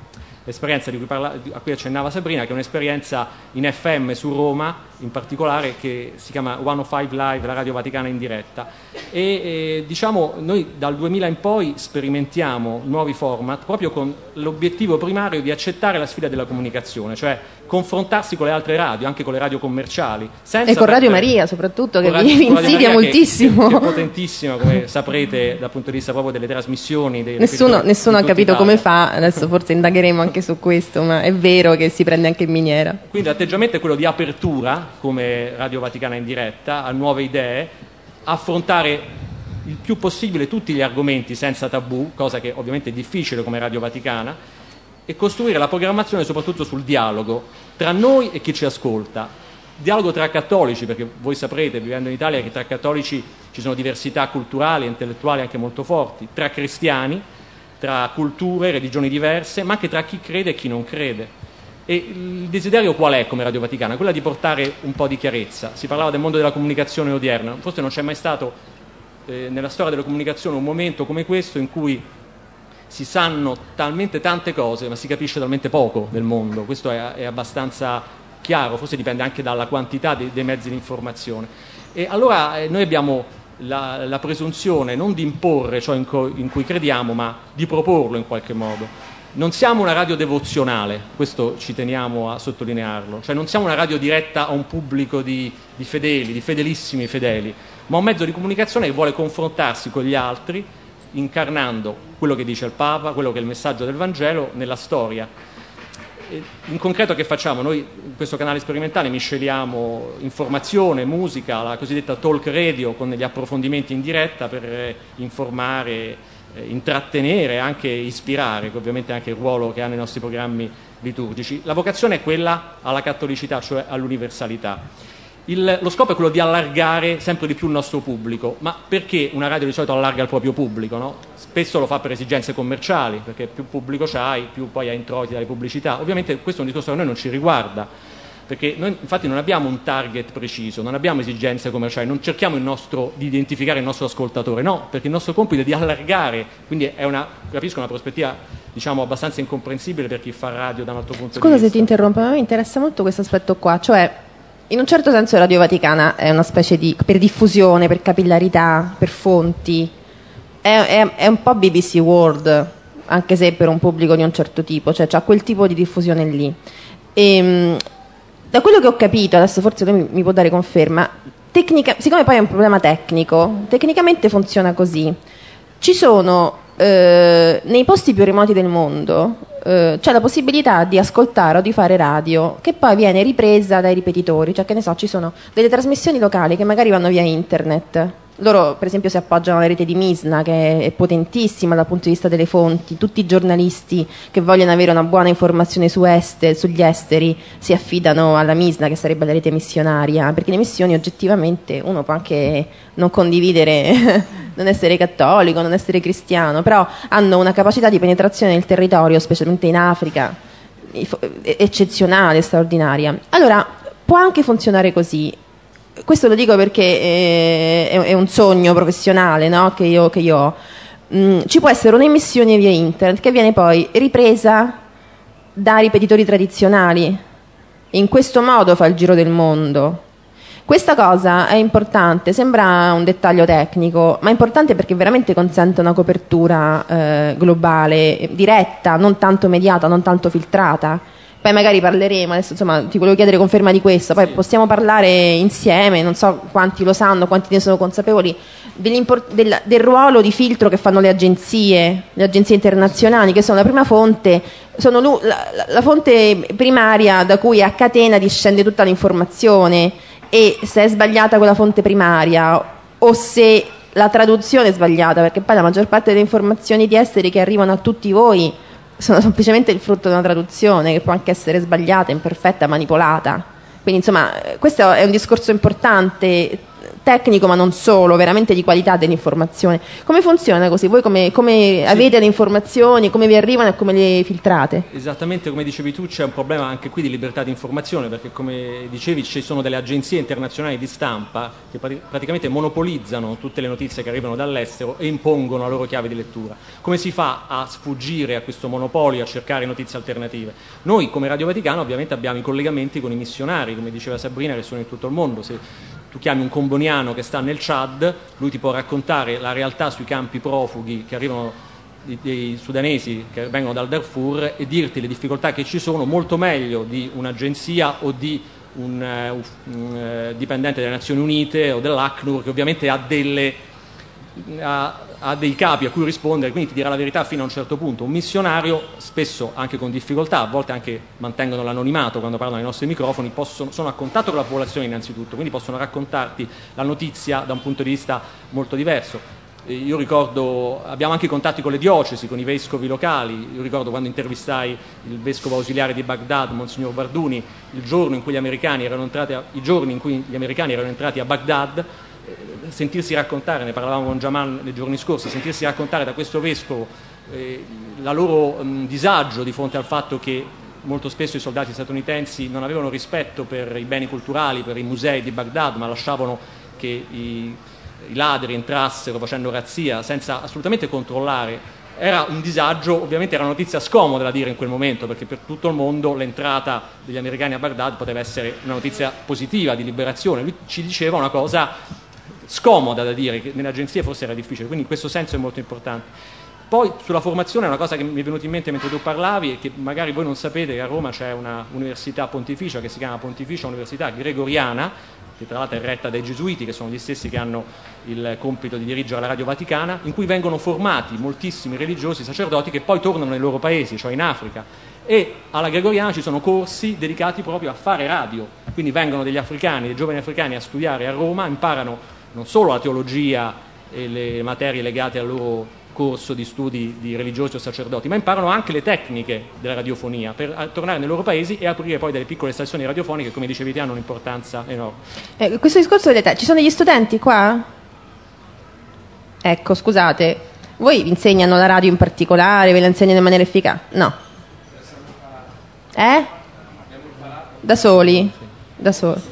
l'esperienza di cui parla, a cui accennava Sabrina, che è un'esperienza in F M su Roma, in particolare, che si chiama centocinque Live, la Radio Vaticana in diretta. E eh, diciamo, noi dal duemila in poi sperimentiamo nuovi format proprio con l'obiettivo primario di accettare la sfida della comunicazione, cioè confrontarsi con le altre radio, anche con le radio commerciali. Senza e con Radio perdere, Maria soprattutto, che Radio, vi insidia moltissimo. Che, che è potentissima, come saprete, dal punto di vista proprio delle trasmissioni. Dei nessuno nessuno ha capito Italia. Come fa, adesso forse indagheremo anche su questo, ma è vero che si prende anche in miniera. Quindi l'atteggiamento è quello di apertura, come Radio Vaticana in diretta, a nuove idee, affrontare il più possibile tutti gli argomenti senza tabù, cosa che ovviamente è difficile come Radio Vaticana, e costruire la programmazione soprattutto sul dialogo tra noi e chi ci ascolta. Dialogo tra cattolici, perché voi saprete, vivendo in Italia, che tra cattolici ci sono diversità culturali e intellettuali anche molto forti, tra cristiani, tra culture, religioni diverse, ma anche tra chi crede e chi non crede. E il desiderio qual è come Radio Vaticana? Quella di portare un po' di chiarezza. Si parlava del mondo della comunicazione odierna, forse non c'è mai stato eh, nella storia della comunicazione un momento come questo in cui si sanno talmente tante cose ma si capisce talmente poco del mondo. Questo è, è abbastanza chiaro, forse dipende anche dalla quantità dei, dei mezzi di informazione. E allora eh, noi abbiamo la, la presunzione non di imporre ciò in, co- in cui crediamo, ma di proporlo in qualche modo. Non siamo una radio devozionale, questo ci teniamo a sottolinearlo, cioè non siamo una radio diretta a un pubblico di, di fedeli, di fedelissimi fedeli, ma un mezzo di comunicazione che vuole confrontarsi con gli altri, incarnando quello che dice il Papa, quello che è il messaggio del Vangelo nella storia. In concreto che facciamo? Noi in questo canale sperimentale misceliamo informazione, musica, la cosiddetta talk radio con gli approfondimenti in diretta per informare, intrattenere, anche ispirare, che ovviamente è anche il ruolo che hanno i nostri programmi liturgici. La vocazione è quella alla cattolicità, cioè all'universalità. Il, lo scopo è quello di allargare sempre di più il nostro pubblico. Ma perché una radio di solito allarga il proprio pubblico, no? Spesso lo fa per esigenze commerciali, perché più pubblico c'hai, più poi hai introiti dalle pubblicità. Ovviamente questo è un discorso che a noi non ci riguarda, perché noi infatti non abbiamo un target preciso, non abbiamo esigenze commerciali, non cerchiamo il nostro, di identificare il nostro ascoltatore, no, perché il nostro compito è di allargare, quindi è una, capisco, una prospettiva diciamo abbastanza incomprensibile per chi fa radio da un altro punto Scusa di vista. se ti interrompo, ma mi interessa molto questo aspetto qua, cioè in un certo senso Radio Vaticana è una specie di, per diffusione, per capillarità, per fonti, è, è, è un po' B B C World, anche se per un pubblico di un certo tipo, cioè c'ha quel tipo di diffusione lì. E, da quello che ho capito, adesso forse lui mi, mi può dare conferma, tecnica, siccome poi è un problema tecnico, tecnicamente funziona così. Ci sono, eh, nei posti più remoti del mondo, eh, c'è la possibilità di ascoltare o di fare radio, che poi viene ripresa dai ripetitori, cioè che ne so, ci sono delle trasmissioni locali che magari vanno via internet. Loro per esempio si appoggiano alla rete di Misna, che è potentissima dal punto di vista delle fonti. Tutti i giornalisti che vogliono avere una buona informazione su est, sugli esteri si affidano alla Misna, che sarebbe la rete missionaria, perché le missioni oggettivamente uno può anche non condividere non essere cattolico, non essere cristiano, però hanno una capacità di penetrazione nel territorio, specialmente in Africa, eccezionale, straordinaria. Allora può anche funzionare così. Questo lo dico perché eh, è, è un sogno professionale, no? che, io, che io ho. Mm, ci può essere un'emissione via internet che viene poi ripresa da ripetitori tradizionali. In questo modo fa il giro del mondo. Questa cosa è importante, sembra un dettaglio tecnico, ma è importante perché veramente consente una copertura eh, globale, diretta, non tanto mediata, non tanto filtrata. Poi magari parleremo, adesso insomma ti volevo chiedere conferma di questo, poi sì. Possiamo parlare insieme, non so quanti lo sanno, quanti ne sono consapevoli, del, del ruolo di filtro che fanno le agenzie, le agenzie internazionali, che sono la prima fonte, sono la, la, la fonte primaria da cui a catena discende tutta l'informazione, e se è sbagliata quella fonte primaria o se la traduzione è sbagliata, perché poi la maggior parte delle informazioni di esteri che arrivano a tutti voi sono semplicemente il frutto di una traduzione che può anche essere sbagliata, imperfetta, manipolata. Quindi insomma questo è un discorso importante. tecnico, ma non solo, veramente di qualità dell'informazione. Come funziona così? Voi come, come sì. avete le informazioni, come vi arrivano e come le filtrate? Esattamente come dicevi tu, c'è un problema anche qui di libertà di informazione, perché come dicevi ci sono delle agenzie internazionali di stampa che praticamente monopolizzano tutte le notizie che arrivano dall'estero e impongono la loro chiave di lettura. Come si fa a sfuggire a questo monopolio, a cercare notizie alternative? Noi come Radio Vaticano ovviamente abbiamo i collegamenti con i missionari, come diceva Sabrina, che sono in tutto il mondo. Se tu chiami un comboniano che sta nel Chad, lui ti può raccontare la realtà sui campi profughi che arrivano, dei sudanesi che vengono dal Darfur, e dirti le difficoltà che ci sono molto meglio di un'agenzia o di un, uh, un uh, dipendente delle Nazioni Unite o dell'ACNUR, che ovviamente ha delle ha, ha dei capi a cui rispondere, quindi ti dirà la verità fino a un certo punto. Un missionario, spesso anche con difficoltà, a volte anche mantengono l'anonimato quando parlano ai nostri microfoni, possono, sono a contatto con la popolazione innanzitutto, quindi possono raccontarti la notizia da un punto di vista molto diverso. Io ricordo, abbiamo anche i contatti con le diocesi, con i vescovi locali. Io ricordo quando intervistai il vescovo ausiliare di Baghdad, Monsignor Barduni, il giorno in cui gli americani erano entrati a, i giorni in cui gli americani erano entrati a Baghdad, sentirsi raccontare, ne parlavamo con Jamal nei giorni scorsi, sentirsi raccontare da questo vescovo eh, la loro mh, disagio di fronte al fatto che molto spesso i soldati statunitensi non avevano rispetto per i beni culturali, per i musei di Baghdad, ma lasciavano che i, i ladri entrassero facendo razzia senza assolutamente controllare. Era un disagio, ovviamente era una notizia scomoda da dire in quel momento, perché per tutto il mondo l'entrata degli americani a Baghdad poteva essere una notizia positiva, di liberazione. Lui ci diceva una cosa scomoda da dire, che nelle agenzie forse era difficile, quindi in questo senso è molto importante. Poi sulla formazione, una cosa che mi è venuta in mente mentre tu parlavi e che magari voi non sapete, che a Roma c'è una università pontificia che si chiama Pontificia Università Gregoriana, che tra l'altro è retta dai gesuiti, che sono gli stessi che hanno il compito di dirigere la Radio Vaticana, in cui vengono formati moltissimi religiosi, sacerdoti che poi tornano nei loro paesi, cioè in Africa, e alla Gregoriana ci sono corsi dedicati proprio a fare radio, quindi vengono degli africani, dei giovani africani a studiare a Roma, imparano non solo la teologia e le materie legate al loro corso di studi di religiosi o sacerdoti, ma imparano anche le tecniche della radiofonia per tornare nei loro paesi e aprire poi delle piccole stazioni radiofoniche che, come dicevi te, hanno un'importanza enorme. Eh, questo discorso vedete, ci sono degli studenti qua? Ecco, scusate, voi vi insegnano la radio in particolare, ve la insegnano in maniera efficace? No. Eh? Da soli? Da soli.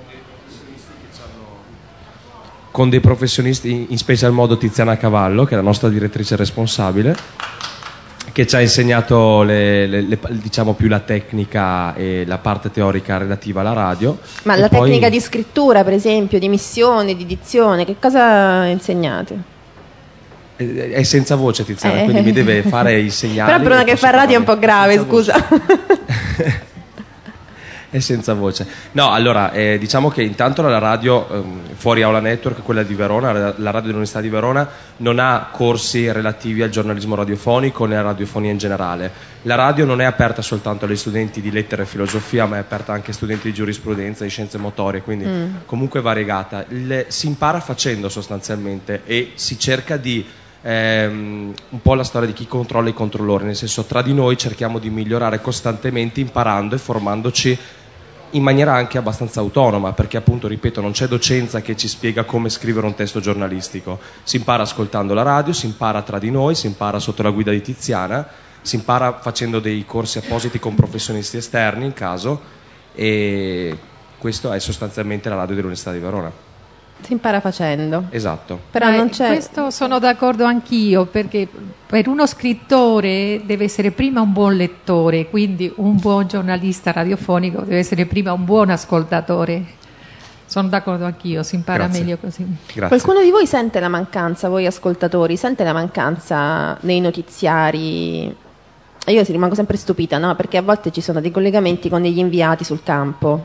Con dei professionisti, in special modo Tiziana Cavallo, che è la nostra direttrice responsabile, che ci ha insegnato le, le, le, diciamo più la tecnica e la parte teorica relativa alla radio. Ma e la poi... tecnica di scrittura, per esempio, di emissione, di dizione, che cosa insegnate? È senza voce Tiziana, eh. quindi mi deve fare i segnali. Però per una che fa radio è un po' grave, scusa. È senza voce. No, allora, eh, diciamo che intanto la radio, ehm, fuori Aula Network, quella di Verona, la radio dell'Università di Verona, non ha corsi relativi al giornalismo radiofonico né alla radiofonia in generale. La radio non è aperta soltanto agli studenti di lettere e filosofia, ma è aperta anche ai studenti di giurisprudenza, di scienze motorie, quindi mm. comunque variegata. Il, si impara facendo sostanzialmente e si cerca di... Ehm, un po' la storia di chi controlla i controllori, nel senso, tra di noi cerchiamo di migliorare costantemente, imparando e formandoci in maniera anche abbastanza autonoma, perché appunto, ripeto, non c'è docenza che ci spiega come scrivere un testo giornalistico. Si impara ascoltando la radio, si impara tra di noi, si impara sotto la guida di Tiziana, si impara facendo dei corsi appositi con professionisti esterni in caso, e questo è sostanzialmente la radio dell'Università di Verona. Si impara facendo. Esatto. Però eh, non c'è... Questo sono d'accordo anch'io, perché per uno scrittore deve essere prima un buon lettore, quindi un buon giornalista radiofonico deve essere prima un buon ascoltatore. Sono d'accordo anch'io, si impara Grazie. meglio così. Grazie. Qualcuno di voi sente la mancanza, voi ascoltatori, sente la mancanza nei notiziari? Io si rimango sempre stupita, no? Perché a volte ci sono dei collegamenti con degli inviati sul campo.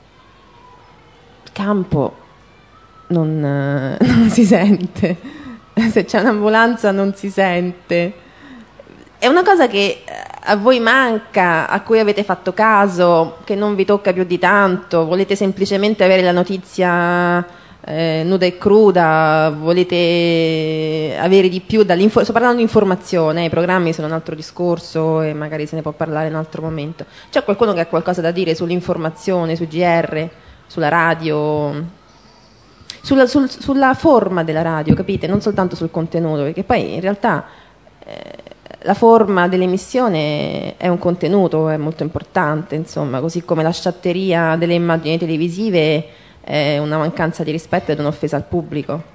Il campo... Non, non si sente, se c'è un'ambulanza non si sente. È una cosa che a voi manca, a cui avete fatto caso, che non vi tocca più di tanto, volete semplicemente avere la notizia eh, nuda e cruda, volete avere di più dall'info- sto parlando di informazione, i programmi sono un altro discorso e magari se ne può parlare in un altro momento. C'è qualcuno che ha qualcosa da dire sull'informazione, su G R, sulla radio? sulla, sul, sulla forma della radio, capite? Non soltanto sul contenuto, perché poi in realtà eh, la forma dell'emissione è un contenuto, è molto importante, insomma, così come la sciatteria delle immagini televisive è una mancanza di rispetto ed un'offesa al pubblico.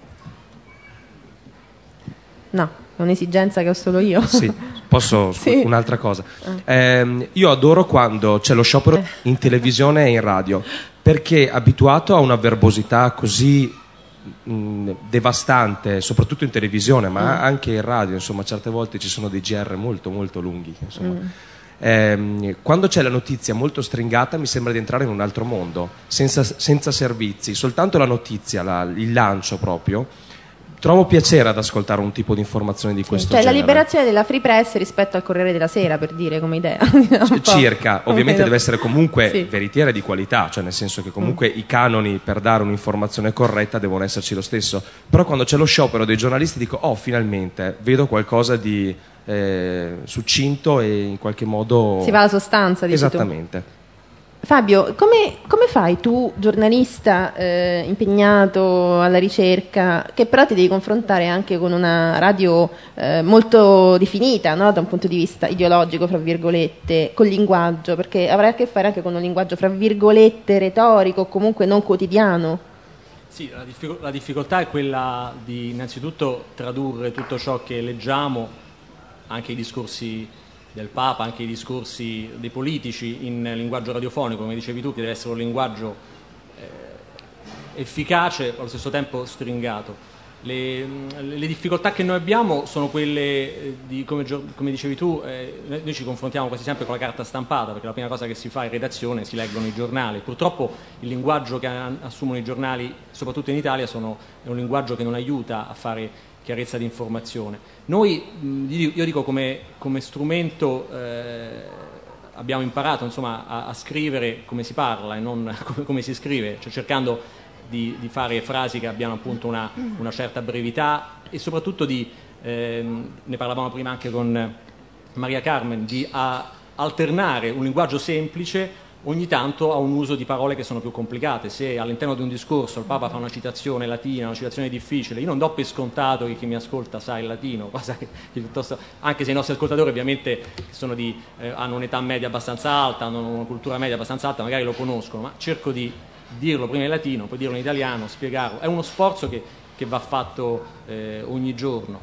No, è un'esigenza che ho solo io. Sì, posso Sì. un'altra cosa. Eh, io adoro quando c'è lo sciopero in televisione e in radio, perché abituato a una verbosità così mh, devastante, soprattutto in televisione, ma mm. anche in radio, insomma, certe volte ci sono dei G R molto molto lunghi, insomma. Mm. Eh, quando c'è la notizia molto stringata mi sembra di entrare in un altro mondo, senza, senza servizi, soltanto la notizia, la, il lancio proprio. Trovo piacere ad ascoltare un tipo di informazione di questo cioè genere. La liberazione della Free Press rispetto al Corriere della Sera, per dire, come idea. C- circa, ovviamente deve essere comunque sì. veritiera e di qualità, cioè nel senso che comunque mm. i canoni per dare un'informazione corretta devono esserci lo stesso. Però quando c'è lo sciopero dei giornalisti dico, oh, finalmente vedo qualcosa di eh, succinto e in qualche modo... Si va alla sostanza, dici esattamente. Tu. Fabio, come, come fai tu, giornalista eh, impegnato alla ricerca, che però ti devi confrontare anche con una radio eh, molto definita, no? Da un punto di vista ideologico, fra virgolette, col linguaggio, perché avrai a che fare anche con un linguaggio, fra virgolette, retorico, o comunque non quotidiano? Sì, la, diffic- la difficoltà è quella di innanzitutto tradurre tutto ciò che leggiamo, anche i discorsi del Papa, anche i discorsi dei politici in linguaggio radiofonico, come dicevi tu, che deve essere un linguaggio eh, efficace, allo stesso tempo stringato. Le, le difficoltà che noi abbiamo sono quelle di, come, come dicevi tu, eh, noi ci confrontiamo quasi sempre con la carta stampata, perché la prima cosa che si fa in redazione si leggono i giornali. Purtroppo il linguaggio che assumono i giornali, soprattutto in Italia, sono, è un linguaggio che non aiuta a fare chiarezza di informazione. Noi, io dico come, come strumento, eh, abbiamo imparato insomma, a, a scrivere come si parla e non come, come si scrive, cioè cercando di, di fare frasi che abbiano appunto una, una certa brevità e soprattutto di, eh, ne parlavamo prima anche con Maria Carmen, di a, alternare un linguaggio semplice ogni tanto a un uso di parole che sono più complicate. Se all'interno di un discorso il Papa fa una citazione latina, una citazione difficile, io non do per scontato che chi mi ascolta sa il latino, cosa che piuttosto, anche se i nostri ascoltatori ovviamente sono di, eh, hanno un'età media abbastanza alta, hanno una cultura media abbastanza alta, magari lo conoscono, ma cerco di dirlo prima in latino, poi dirlo in italiano, spiegarlo. È uno sforzo che, che va fatto eh, ogni giorno.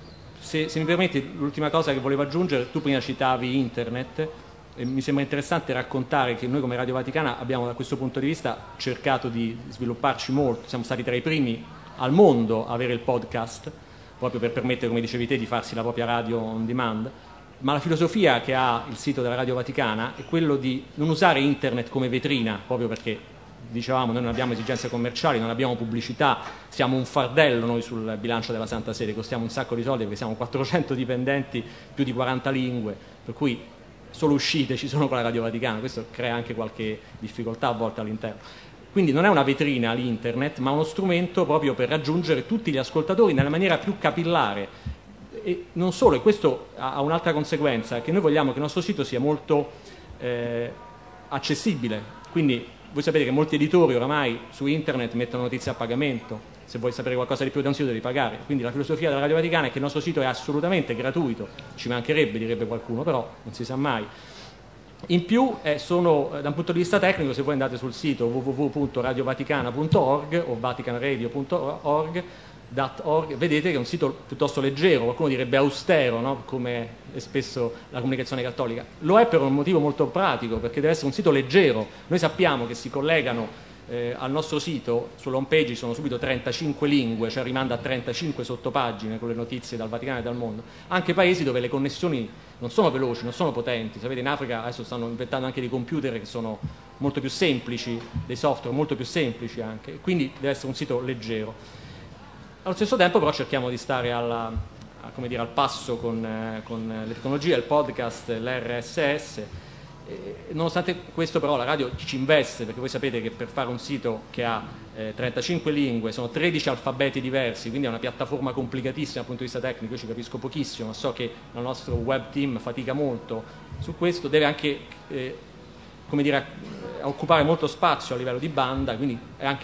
Se, se mi permetti, l'ultima cosa che volevo aggiungere, tu prima citavi internet. E mi sembra interessante raccontare che noi come Radio Vaticana abbiamo da questo punto di vista cercato di svilupparci molto, siamo stati tra i primi al mondo a avere il podcast, proprio per permettere, come dicevi te, di farsi la propria radio on demand, ma la filosofia che ha il sito della Radio Vaticana è quello di non usare internet come vetrina, proprio perché, dicevamo, noi non abbiamo esigenze commerciali, non abbiamo pubblicità, siamo un fardello noi sul bilancio della Santa Sede, costiamo un sacco di soldi perché siamo quattrocento dipendenti, più di quaranta lingue, per cui solo uscite ci sono con la Radio Vaticana, questo crea anche qualche difficoltà a volte all'interno. Quindi non è una vetrina l'internet, ma uno strumento proprio per raggiungere tutti gli ascoltatori nella maniera più capillare. E non solo, e questo ha un'altra conseguenza, che noi vogliamo che il nostro sito sia molto eh, accessibile. Quindi voi sapete che molti editori oramai su internet mettono notizie a pagamento, se vuoi sapere qualcosa di più da un sito devi pagare. Quindi la filosofia della Radio Vaticana è che il nostro sito è assolutamente gratuito, ci mancherebbe, direbbe qualcuno, però non si sa mai. In più eh, sono, da un punto di vista tecnico, se voi andate sul sito w w w punto radio vaticana punto org o vatican radio punto org, vedete che è un sito piuttosto leggero, qualcuno direbbe austero, no? Come è spesso la comunicazione cattolica. Lo è per un motivo molto pratico, perché deve essere un sito leggero. Noi sappiamo che si collegano eh, al nostro sito, sull'home page sono subito trentacinque lingue, cioè rimanda a trentacinque sottopagine con le notizie dal Vaticano e dal mondo, anche paesi dove le connessioni non sono veloci, non sono potenti. Sapete, in Africa adesso stanno inventando anche dei computer che sono molto più semplici, dei software molto più semplici anche, quindi deve essere un sito leggero. Allo stesso tempo però cerchiamo di stare alla, a, come dire, al passo con, eh, con le tecnologie, il podcast, l'R S S. E, nonostante questo però la radio ci investe, perché voi sapete che per fare un sito che ha eh, trentacinque lingue, sono tredici alfabeti diversi, quindi è una piattaforma complicatissima dal punto di vista tecnico, io ci capisco pochissimo, ma so che il nostro web team fatica molto su questo, deve anche eh, come dire, occupare molto spazio a livello di banda, quindi è anche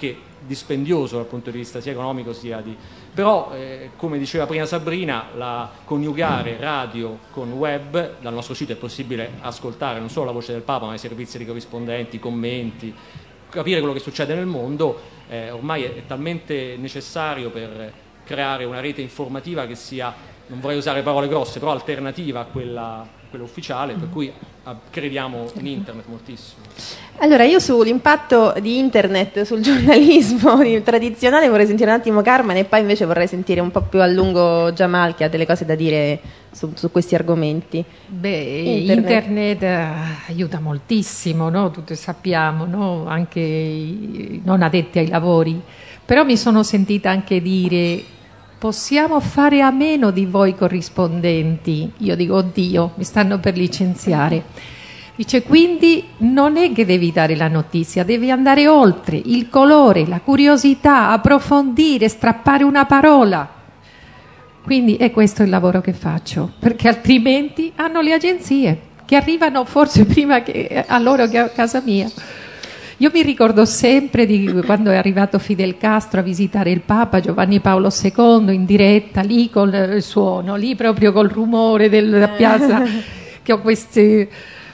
dispendioso dal punto di vista sia economico sia di... Però, eh, come diceva prima Sabrina, la coniugare radio con web, dal nostro sito è possibile ascoltare non solo la voce del Papa, ma i servizi di corrispondenti, i commenti, capire quello che succede nel mondo, eh, ormai è, è talmente necessario per creare una rete informativa che sia, non vorrei usare parole grosse, però alternativa a quella, quella ufficiale, per cui ah, crediamo in internet moltissimo. Allora, io sull'impatto di internet sul giornalismo tradizionale vorrei sentire un attimo Carmen, e poi invece vorrei sentire un po' più a lungo Jamal, che ha delle cose da dire su, su questi argomenti. Beh, internet, internet eh, aiuta moltissimo, no? Tutti sappiamo, no? Anche i non addetti ai lavori, però mi sono sentita anche dire: possiamo fare a meno di voi corrispondenti. Io dico, oddio, mi stanno per licenziare. Dice, quindi non è che devi dare la notizia, devi andare oltre, il colore, la curiosità, approfondire, strappare una parola. Quindi è questo il lavoro che faccio, perché altrimenti hanno le agenzie che arrivano forse prima che a loro che a casa mia. Io mi ricordo sempre di quando è arrivato Fidel Castro a visitare il Papa Giovanni Paolo secondo in diretta, lì con il suono, lì proprio col rumore della piazza, che ho questi...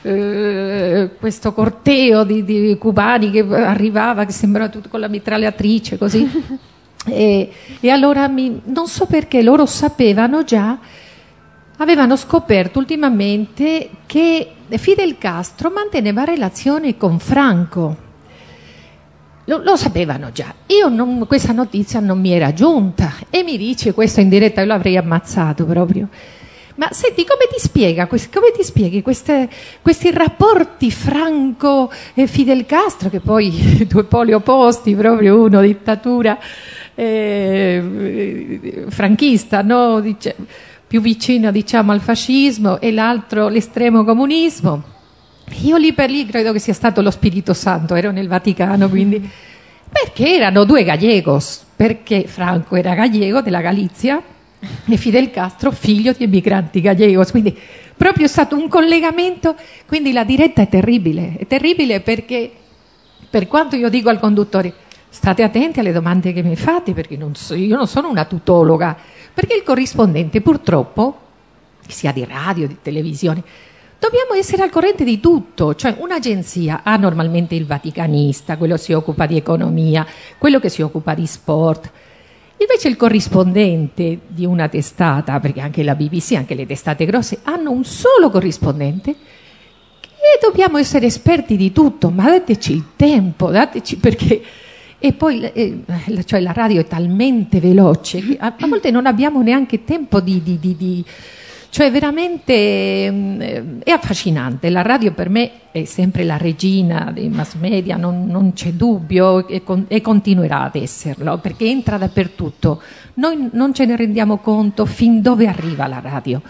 Uh, questo corteo di, di cubani che arrivava, che sembrava tutto con la mitragliatrice così e, e allora mi, non so perché loro sapevano già, avevano scoperto ultimamente che Fidel Castro manteneva relazioni con Franco, lo, lo sapevano già. Io non, questa notizia non mi era giunta e mi dice questo in diretta, io l'avrei ammazzato proprio. Ma senti, come ti spiega, come ti spieghi queste, questi rapporti Franco e Fidel Castro, che poi due poli opposti, proprio uno dittatura eh, franchista, no? Dice, più vicino diciamo al fascismo, e l'altro l'estremo comunismo. Io lì per lì credo che sia stato lo Spirito Santo, ero nel Vaticano, quindi perché erano due gallegos, perché Franco era gallego della Galizia e Fidel Castro figlio di emigranti gallegos, quindi proprio è stato un collegamento. Quindi la diretta è terribile, è terribile perché, per quanto io dico al conduttore state attenti alle domande che mi fate, perché non so, io non sono una tutologa, perché il corrispondente purtroppo, sia di radio, di televisione, dobbiamo essere al corrente di tutto. Cioè un'agenzia ha normalmente il vaticanista, quello che si occupa di economia, quello che si occupa di sport. Invece il corrispondente di una testata, perché anche la B B C, anche le testate grosse, hanno un solo corrispondente, e dobbiamo essere esperti di tutto, ma dateci il tempo, dateci, perché... E poi eh, cioè la radio è talmente veloce che a, a volte non abbiamo neanche tempo di... di, di, di cioè veramente eh, è affascinante. La radio per me è sempre la regina dei mass media, non, non c'è dubbio, e, con, e continuerà ad esserlo, perché entra dappertutto. Noi non ce ne rendiamo conto fin dove arriva la radio.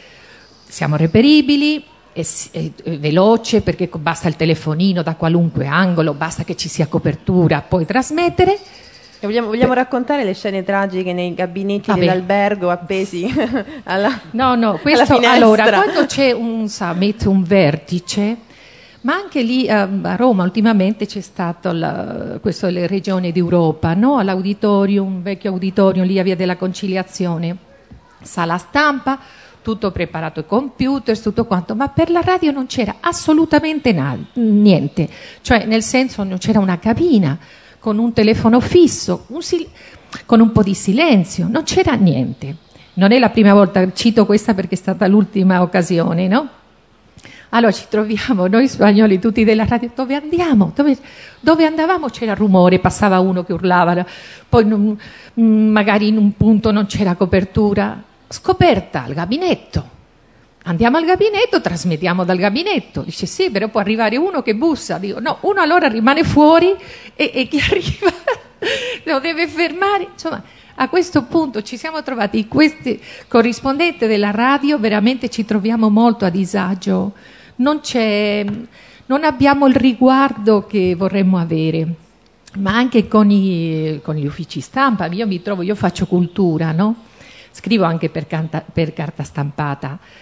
Siamo reperibili, è, è, è veloce, perché basta il telefonino da qualunque angolo, basta che ci sia copertura, puoi trasmettere. E vogliamo, vogliamo raccontare le scene tragiche nei gabinetti Vabbè. dell'albergo appesi alla No, no, questo allora, quando c'è un summit, un vertice, ma anche lì a Roma ultimamente c'è stato la, questo le regioni d'Europa, no? All'auditorium, un vecchio auditorium lì a Via della Conciliazione, sala stampa, tutto preparato, computer, tutto quanto, ma per la radio non c'era assolutamente na- niente, cioè nel senso non c'era una cabina con un telefono fisso, un sil- con un po' di silenzio, non c'era niente. Non è la prima volta, cito questa perché è stata l'ultima occasione, no? Allora ci troviamo noi spagnoli tutti della radio, dove andiamo? Dove, dove andavamo c'era rumore, passava uno che urlava, poi non, magari in un punto non c'era copertura, scoperta al gabinetto. Andiamo al gabinetto, trasmettiamo dal gabinetto. Dice sì, però può arrivare uno che bussa. Dico no, uno allora rimane fuori e, e chi arriva lo deve fermare. Insomma, a questo punto ci siamo trovati, questi corrispondenti della radio, veramente ci troviamo molto a disagio. Non c'è, non abbiamo il riguardo che vorremmo avere. Ma anche con, i, con gli uffici stampa, io mi trovo, io faccio cultura, no? Scrivo anche per, canta, per carta stampata.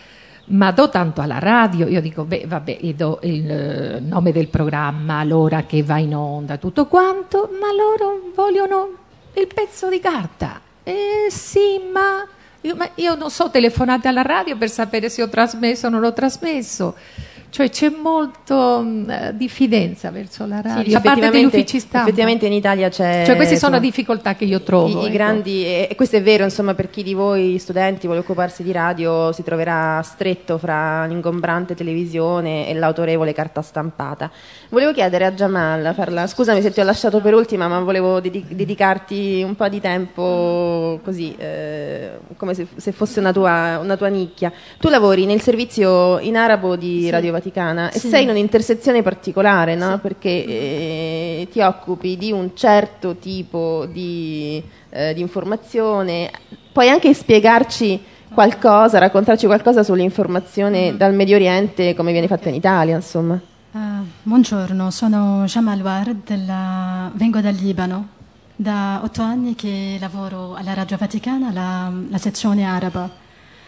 ma do tanto alla radio, io dico, beh, vabbè, io do il nome del programma, l'ora che va in onda, tutto quanto, ma loro vogliono il pezzo di carta. Eh sì, ma io, ma io non so telefonate alla radio per sapere se ho trasmesso o non ho trasmesso. Cioè c'è molto mh, diffidenza verso la radio, sì, da parte degli uffici stampa. Effettivamente in Italia c'è... Cioè queste sono insomma, difficoltà che io trovo. I, ecco. i grandi, e questo è vero, insomma, per chi di voi studenti vuole occuparsi di radio si troverà stretto fra l'ingombrante televisione e l'autorevole carta stampata. Volevo chiedere a Jamal, farla, scusami se ti ho lasciato per ultima, ma volevo dedic- dedicarti un po' di tempo così, eh, come se, se fosse una tua, una tua nicchia. Tu lavori nel servizio in arabo di sì. Radio Vaticana. E sì. sei in un'intersezione particolare, no? Sì. Perché eh, ti occupi di un certo tipo di, eh, di informazione. Puoi anche spiegarci qualcosa, raccontarci qualcosa sull'informazione mm. dal Medio Oriente, come viene fatta in Italia, insomma. Uh, buongiorno, sono Jamal Ward, della... vengo dal Libano. Da otto anni che lavoro alla Radio Vaticana, la, la sezione araba.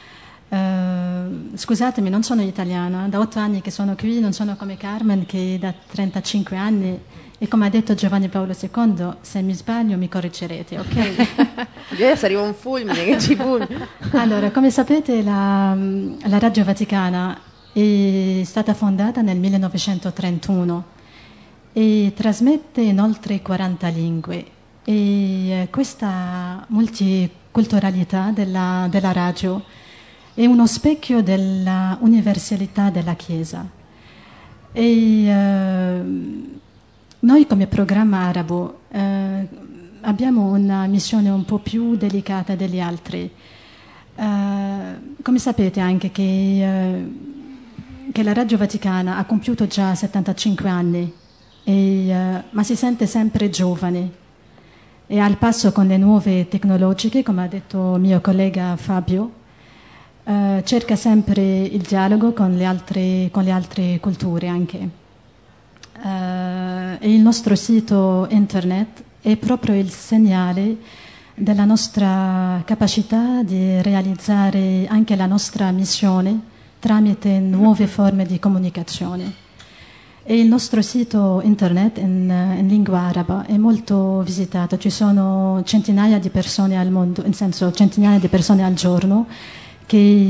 Uh, scusatemi, non sono italiana, da otto anni che sono qui, non sono come Carmen che da trentacinque anni, e come ha detto Giovanni Paolo secondo, se mi sbaglio mi correggerete, ok? Adesso arriva un fulmine che ci fulmina. Allora, come sapete la, la Radio Vaticana è stata fondata nel millenovecentotrentuno e trasmette in oltre quaranta lingue, e questa multiculturalità della, della radio è uno specchio della universalità della Chiesa. E eh, noi come programma arabo eh, abbiamo una missione un po' più delicata degli altri. Eh, come sapete anche che, eh, che la Radio Vaticana ha compiuto già settantacinque anni, e, eh, ma si sente sempre giovane e al passo con le nuove tecnologiche, come ha detto il mio collega Fabio. Uh, cerca sempre il dialogo con le altre, con le altre culture anche. Uh, e il nostro sito internet è proprio il segnale della nostra capacità di realizzare anche la nostra missione tramite nuove forme di comunicazione. E il nostro sito internet in, in lingua araba è molto visitato, ci sono centinaia di persone al mondo, in senso centinaia di persone al giorno, Che,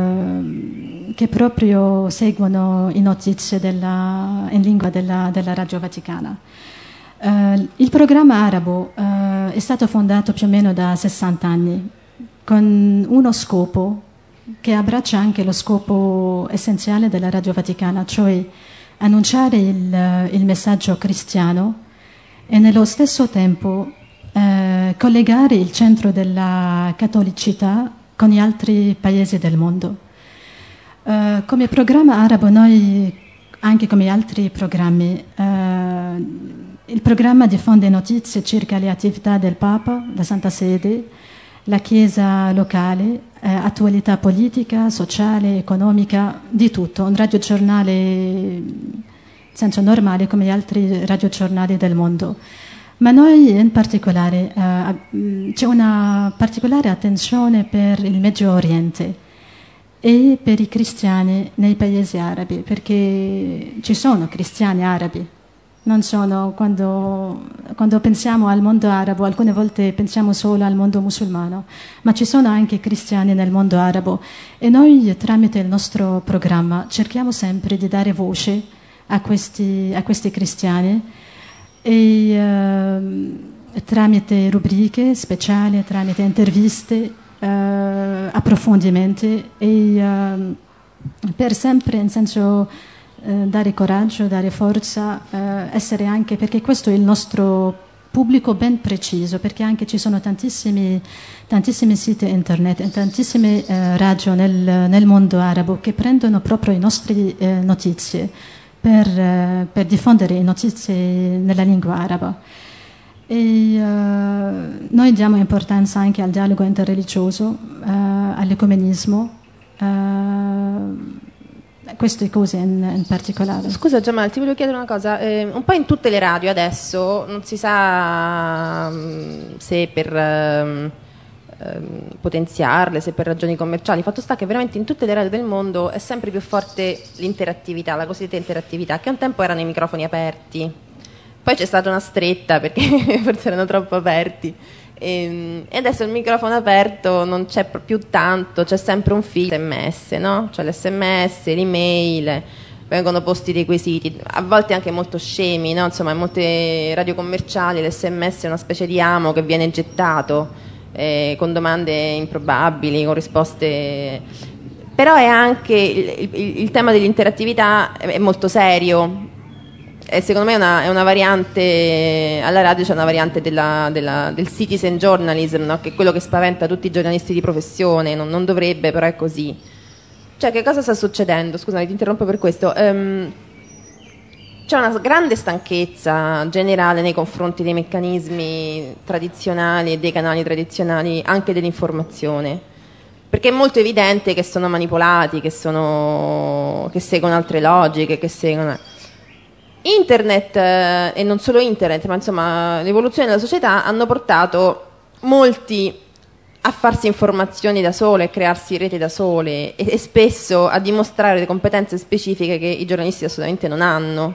uh, che proprio seguono le notizie della, in lingua della, della Radio Vaticana. Uh, il programma arabo uh, è stato fondato più o meno da sessanta anni, con uno scopo che abbraccia anche lo scopo essenziale della Radio Vaticana, cioè annunciare il, il messaggio cristiano e nello stesso tempo uh, collegare il centro della cattolicità con gli altri paesi del mondo. Uh, come programma arabo noi, anche come altri programmi, uh, il programma diffonde notizie circa le attività del Papa, la Santa Sede, la Chiesa locale, uh, attualità politica, sociale, economica, di tutto. Un radiogiornale in senso normale come gli altri radiogiornali del mondo. Ma noi in particolare uh, c'è una particolare attenzione per il Medio Oriente e per i cristiani nei paesi arabi, perché ci sono cristiani arabi, non sono, quando, quando pensiamo al mondo arabo alcune volte pensiamo solo al mondo musulmano, ma ci sono anche cristiani nel mondo arabo, e noi tramite il nostro programma cerchiamo sempre di dare voce a questi, a questi cristiani, e uh, tramite rubriche speciali, tramite interviste, uh, approfondimenti, e uh, per sempre in senso uh, dare coraggio, dare forza, uh, essere anche, perché questo è il nostro pubblico ben preciso, perché anche ci sono tantissimi, tantissimi siti internet e tantissime uh, radio nel, nel mondo arabo che prendono proprio le nostre uh, notizie Per, uh, per diffondere notizie nella lingua araba. E, uh, noi diamo importanza anche al dialogo interreligioso, uh, all'ecumenismo, uh, queste cose in, in particolare. Scusa Jamal, ti volevo chiedere una cosa, eh, un po' in tutte le radio adesso non si sa um, se per um, ehm, potenziarle, se per ragioni commerciali. Fatto sta che veramente in tutte le radio del mondo è sempre più forte l'interattività, la cosiddetta interattività, che un tempo erano i microfoni aperti, poi c'è stata una stretta perché forse erano troppo aperti, e, e adesso il microfono aperto non c'è più tanto, c'è sempre un filo S M S, no? C'è l'esse emme esse, l'email, vengono posti dei quesiti, a volte anche molto scemi, no? Insomma, in molte radio commerciali l'esse emme esse è una specie di amo che viene gettato eh, con domande improbabili, con risposte. Però è anche il, il, il tema dell'interattività è molto serio. E secondo me è una, è una variante, alla radio c'è una variante della, della, del citizen journalism, no? Che è quello che spaventa tutti i giornalisti di professione, non, non dovrebbe, però è così. Cioè, che cosa sta succedendo? Scusami, ti interrompo per questo. Um, c'è una grande stanchezza generale nei confronti dei meccanismi tradizionali e dei canali tradizionali, anche dell'informazione, perché è molto evidente che sono manipolati, che, sono, che seguono altre logiche, che seguono... Internet, eh, e non solo internet, ma insomma l'evoluzione della società hanno portato molti a farsi informazioni da sole, a crearsi reti da sole e, e spesso a dimostrare le competenze specifiche che i giornalisti assolutamente non hanno.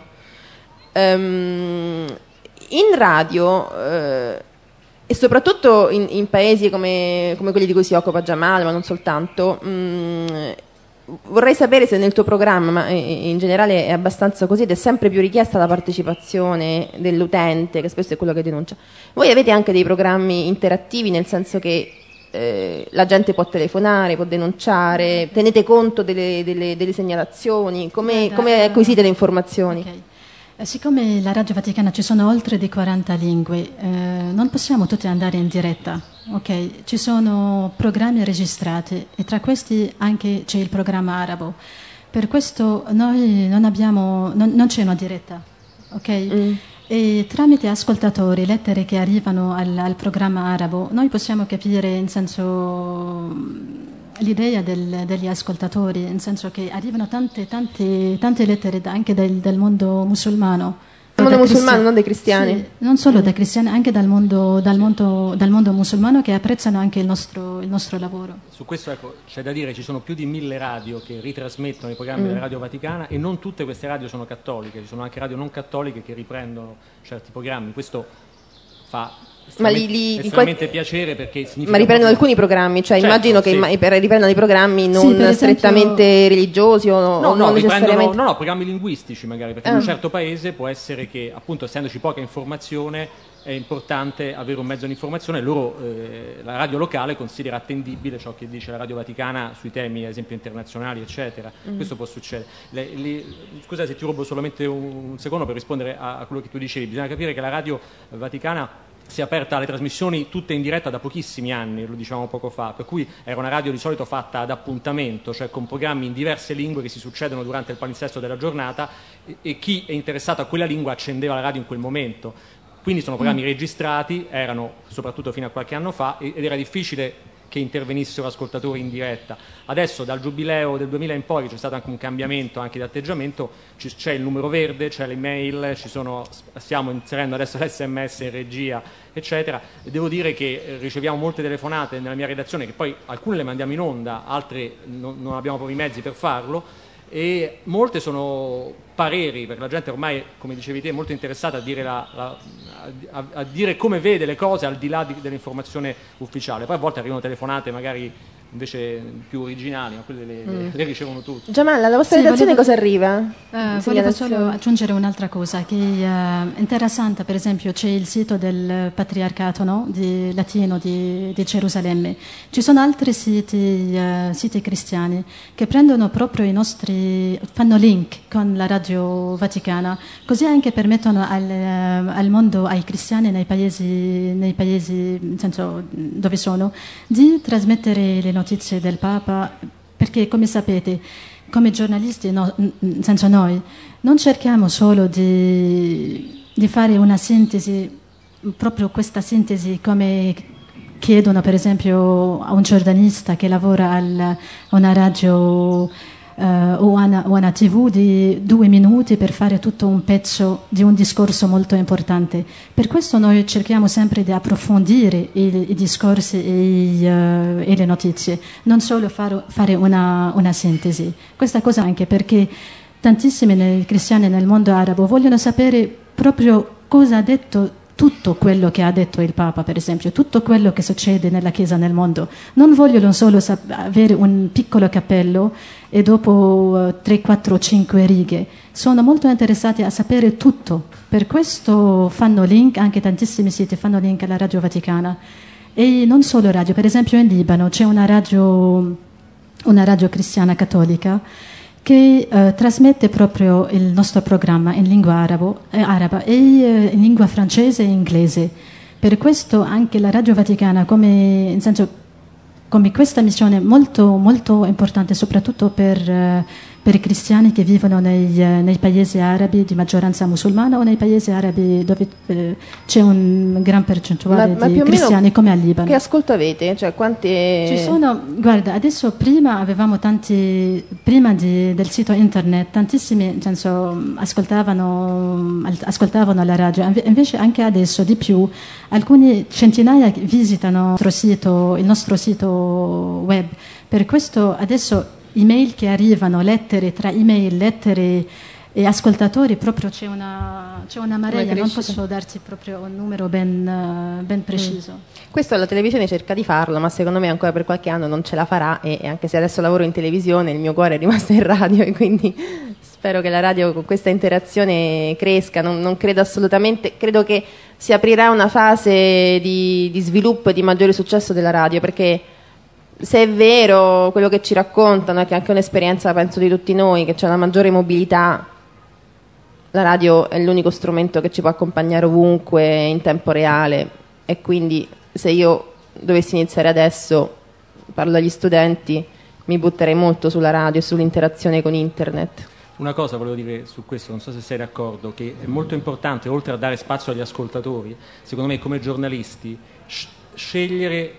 Um, in radio eh, e soprattutto in, in paesi come, come quelli di cui si occupa Jamal, ma non soltanto, mh, vorrei sapere se nel tuo programma, ma in generale è abbastanza così, ed è sempre più richiesta la partecipazione dell'utente, che spesso è quello che denuncia. Voi avete anche dei programmi interattivi, nel senso che eh, la gente può telefonare, può denunciare, tenete conto delle, delle, delle segnalazioni, come, come acquisite le informazioni? Okay. Siccome la Radio Vaticana ci sono oltre di quaranta lingue, eh, non possiamo tutti andare in diretta, ok? Ci sono programmi registrati e tra questi anche c'è il programma arabo. Per questo noi non abbiamo, non, non c'è una diretta, ok? Mm. E tramite ascoltatori, lettere che arrivano al, al programma arabo, noi possiamo capire in senso... l'idea del, degli ascoltatori, nel senso che arrivano tante, tante, tante lettere anche del, del mondo musulmano. Dal mondo musulmano, non dei cristiani? Sì, non solo mm. dai cristiani, anche dal mondo, dal, mondo, dal mondo musulmano, che apprezzano anche il nostro, il nostro lavoro. Su questo ecco, c'è da dire, ci sono più di mille radio che ritrasmettono i programmi mm. della Radio Vaticana e non tutte queste radio sono cattoliche, ci sono anche radio non cattoliche che riprendono certi programmi. Questo fa... Ma li, li, estremamente qual... piacere, perché significa ma riprendono molto... alcuni programmi, cioè certo, immagino che sì. i, riprendano i programmi non sì, esempio... strettamente religiosi o, no, o no, non necessariamente no, no, programmi linguistici magari, perché ah. in un certo paese può essere che, appunto, essendoci poca informazione, è importante avere un mezzo di informazione. Loro, eh, la radio locale considera attendibile ciò che dice la Radio Vaticana sui temi, ad esempio, internazionali, eccetera. Mm. Questo può succedere. Le, le, scusa se ti rubo solamente un, un secondo per rispondere a, a quello che tu dicevi. Bisogna capire che la Radio Vaticana si è aperta alle trasmissioni tutte in diretta da pochissimi anni, lo dicevamo poco fa, per cui era una radio di solito fatta ad appuntamento, cioè con programmi in diverse lingue che si succedono durante il palinsesto della giornata, e, e chi è interessato a quella lingua accendeva la radio in quel momento. Quindi sono programmi mm. registrati, erano soprattutto fino a qualche anno fa, ed era difficile che intervenissero ascoltatori in diretta. Adesso dal giubileo del duemila in poi c'è stato anche un cambiamento anche di atteggiamento, c'è il numero verde, c'è l'email, ci sono, stiamo inserendo adesso l'esse emme esse in regia, eccetera. E devo dire che riceviamo molte telefonate nella mia redazione, che poi alcune le mandiamo in onda, altre non, non abbiamo proprio i mezzi per farlo, e molte sono pareri, perché la gente ormai, come dicevi te, è molto interessata a dire, la, la, a, a dire come vede le cose al di là di, dell'informazione ufficiale. Poi a volte arrivano telefonate magari invece più originali, ma quelle le, mm. le, le ricevono tutte. Jamal, alla vostra sì, redazione volevo, cosa arriva? Uh, volevo solo aggiungere un'altra cosa che è uh, interessante. Per esempio c'è il sito del patriarcato, no? di, latino di, di Gerusalemme. Ci sono altri siti, uh, siti cristiani che prendono proprio i nostri, fanno link con la Radio Vaticana, così anche permettono al, uh, al mondo, ai cristiani nei paesi, nei paesi nel senso, dove sono, di trasmettere le notizie del Papa, perché come sapete, come giornalisti, no, nel senso noi, non cerchiamo solo di, di fare una sintesi, proprio questa sintesi come chiedono per esempio a un giornalista che lavora al, a una radio Uh, o, una, o una tivù di due minuti per fare tutto un pezzo di un discorso molto importante. Per questo noi cerchiamo sempre di approfondire i, i discorsi e, i, uh, e le notizie, non solo fare, fare una, una sintesi. Questa cosa anche perché tantissimi cristiani nel mondo arabo vogliono sapere proprio cosa ha detto tutto quello che ha detto il Papa, per esempio, tutto quello che succede nella Chiesa nel mondo. Non vogliono solo sap- avere un piccolo cappello e dopo tre, quattro, cinque righe. Sono molto interessati a sapere tutto. Per questo fanno link, anche tantissimi siti fanno link alla Radio Vaticana. E non solo radio, per esempio in Libano c'è una radio, una radio cristiana cattolica che eh, trasmette proprio il nostro programma in lingua arabo, eh, araba e eh, in lingua francese e inglese. Per questo anche la Radio Vaticana, come, in senso, come questa missione molto, molto importante, soprattutto per, eh, per i cristiani che vivono nei, eh, nei paesi arabi di maggioranza musulmana o nei paesi arabi dove eh, c'è un gran percentuale ma, ma di cristiani come al Libano. Che ascolto avete? Cioè, quante... Ci sono, guarda, adesso prima avevamo tanti, prima di, del sito internet, tantissimi nel senso, ascoltavano, ascoltavano la radio, invece anche adesso di più, alcuni centinaia visitano il nostro sito, il nostro sito web. Per questo adesso email che arrivano, lettere tra email, lettere e ascoltatori, proprio c'è una, c'è una marea, non posso darti proprio un numero ben, ben preciso. Mm. Questo la televisione cerca di farlo, ma secondo me ancora per qualche anno non ce la farà e, e anche se adesso lavoro in televisione il mio cuore è rimasto in radio e quindi spero che la radio con questa interazione cresca, non, non credo assolutamente, credo che si aprirà una fase di, di sviluppo e di maggiore successo della radio, perché se è vero quello che ci raccontano, è che anche un'esperienza penso di tutti noi, che c'è una maggiore mobilità, la radio è l'unico strumento che ci può accompagnare ovunque in tempo reale e quindi se io dovessi iniziare adesso, parlo agli studenti, mi butterei molto sulla radio e sull'interazione con internet. Una cosa volevo dire su questo, non so se sei d'accordo, che è molto importante, oltre a dare spazio agli ascoltatori, secondo me come giornalisti, scegliere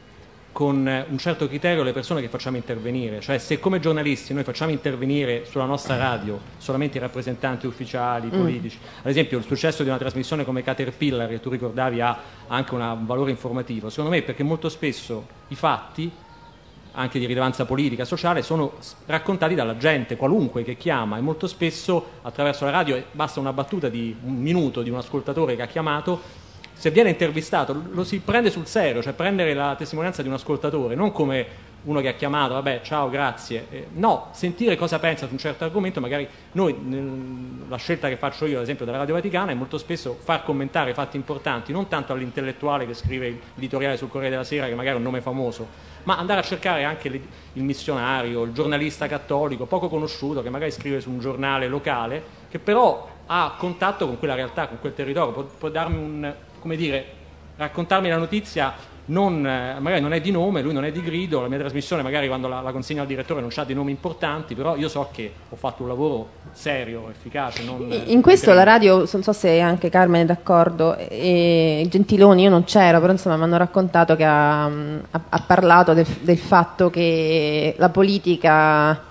con un certo criterio le persone che facciamo intervenire, cioè se come giornalisti noi facciamo intervenire sulla nostra radio solamente i rappresentanti ufficiali, politici, mm. ad esempio il successo di una trasmissione come Caterpillar che tu ricordavi ha anche una, un valore informativo, secondo me perché molto spesso i fatti anche di rilevanza politica, sociale, sono raccontati dalla gente, qualunque che chiama, e molto spesso attraverso la radio basta una battuta di un minuto di un ascoltatore che ha chiamato. Se viene intervistato lo si prende sul serio, cioè prendere la testimonianza di un ascoltatore, non come uno che ha chiamato, vabbè, ciao, grazie. Eh, no, sentire cosa pensa su un certo argomento, magari noi, nel, la scelta che faccio io, ad esempio, della Radio Vaticana, è molto spesso far commentare fatti importanti, non tanto all'intellettuale che scrive l'editoriale sul Corriere della Sera, che magari è un nome famoso, ma andare a cercare anche le, il missionario, il giornalista cattolico, poco conosciuto, che magari scrive su un giornale locale, che però ha contatto con quella realtà, con quel territorio, può, può darmi un... come dire, raccontarmi la notizia, non, magari non è di nome, lui non è di grido, la mia trasmissione magari quando la, la consegno al direttore non ha dei nomi importanti, però io so che ho fatto un lavoro serio, efficace. Non in questo la radio, non so se anche Carmen è d'accordo, e Gentiloni, io non c'ero, però insomma mi hanno raccontato che ha, ha, ha parlato del, del fatto che la politica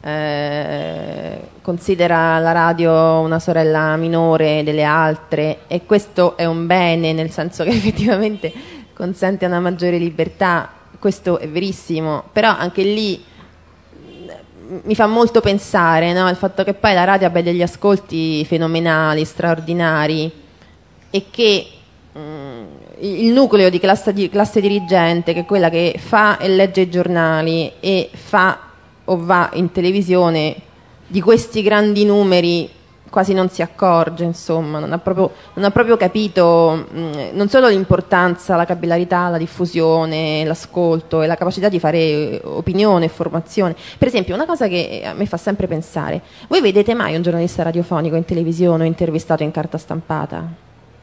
Eh, considera la radio una sorella minore delle altre e questo è un bene, nel senso che effettivamente consente una maggiore libertà, questo è verissimo, però anche lì mi fa molto pensare, no? Il fatto che poi la radio abbia degli ascolti fenomenali, straordinari e che mh, il nucleo di classe, di classe dirigente, che è quella che fa e legge i giornali e fa o va in televisione, di questi grandi numeri quasi non si accorge, insomma, non ha proprio, non ha proprio capito mh, non solo l'importanza, la capillarità, la diffusione, l'ascolto e la capacità di fare opinione e formazione. Per esempio, una cosa che a me fa sempre pensare, voi vedete mai un giornalista radiofonico in televisione o intervistato in carta stampata?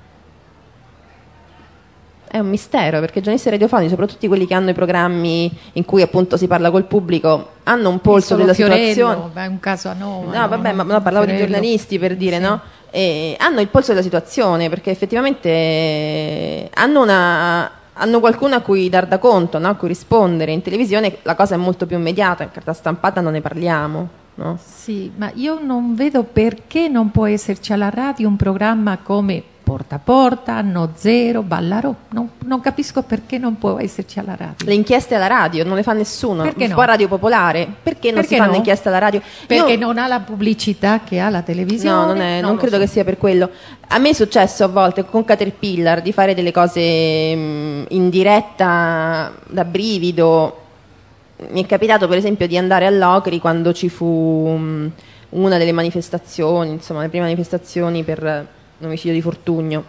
È un mistero, perché i giornalisti radiofonici, soprattutto quelli che hanno i programmi in cui appunto si parla col pubblico, hanno un polso della Fiorello, situazione. È un caso a nome. No, vabbè, ma no, parlavo Fiorello. Di giornalisti per dire, sì. No? E hanno il polso della situazione, perché effettivamente hanno una, hanno qualcuno a cui dar da conto, no? A cui rispondere. In televisione la cosa è molto più immediata, in carta stampata non ne parliamo, no? Sì, ma io non vedo perché non può esserci alla radio un programma come Porta a Porta, No Zero, Ballarò. Non, non capisco perché non può esserci alla radio. Le inchieste alla radio non le fa nessuno. Perché no? Poi Radio Popolare, perché non Perché si fanno no? inchieste alla radio? Perché Io... non ha la pubblicità che ha la televisione? No, non, è, non, non credo so. che sia per quello. A me è successo a volte con Caterpillar di fare delle cose mh, in diretta da brivido. Mi è capitato per esempio di andare all'Ocri quando ci fu mh, una delle manifestazioni, insomma le prime manifestazioni per l'omicidio di Fortugno,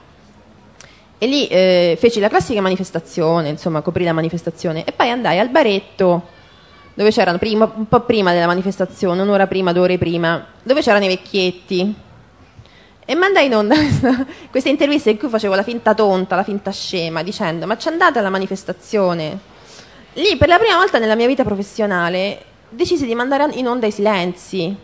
e lì eh, feci la classica manifestazione, insomma coprì la manifestazione, e poi andai al baretto dove c'erano prima, un po' prima della manifestazione, un'ora prima, due ore prima, dove c'erano i vecchietti, e mandai in onda questa, questa intervista in cui facevo la finta tonta, la finta scema, dicendo: ma ci andate alla manifestazione? Lì per la prima volta nella mia vita professionale decisi di mandare in onda i silenzi.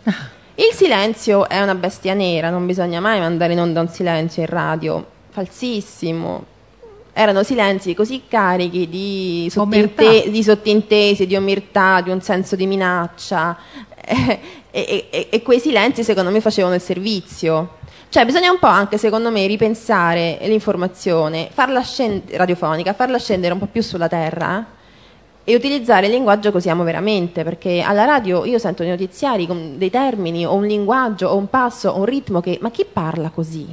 Il silenzio è una bestia nera, non bisogna mai mandare in onda un silenzio in radio, falsissimo. Erano silenzi così carichi di, sottinte- di sottintesi, di omertà, di un senso di minaccia, eh, e, e, e quei silenzi secondo me facevano il servizio. Cioè bisogna un po' anche secondo me ripensare l'informazione, farla scendere, radiofonica, farla scendere un po' più sulla terra, e utilizzare il linguaggio che usiamo veramente, perché alla radio io sento nei notiziari con dei termini o un linguaggio o un passo o un ritmo che, ma chi parla così?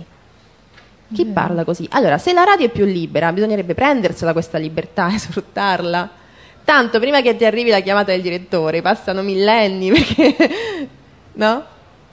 Chi mm. parla così? Allora, se la radio è più libera, bisognerebbe prendersela questa libertà e sfruttarla. Tanto prima che ti arrivi la chiamata del direttore passano millenni, perché no?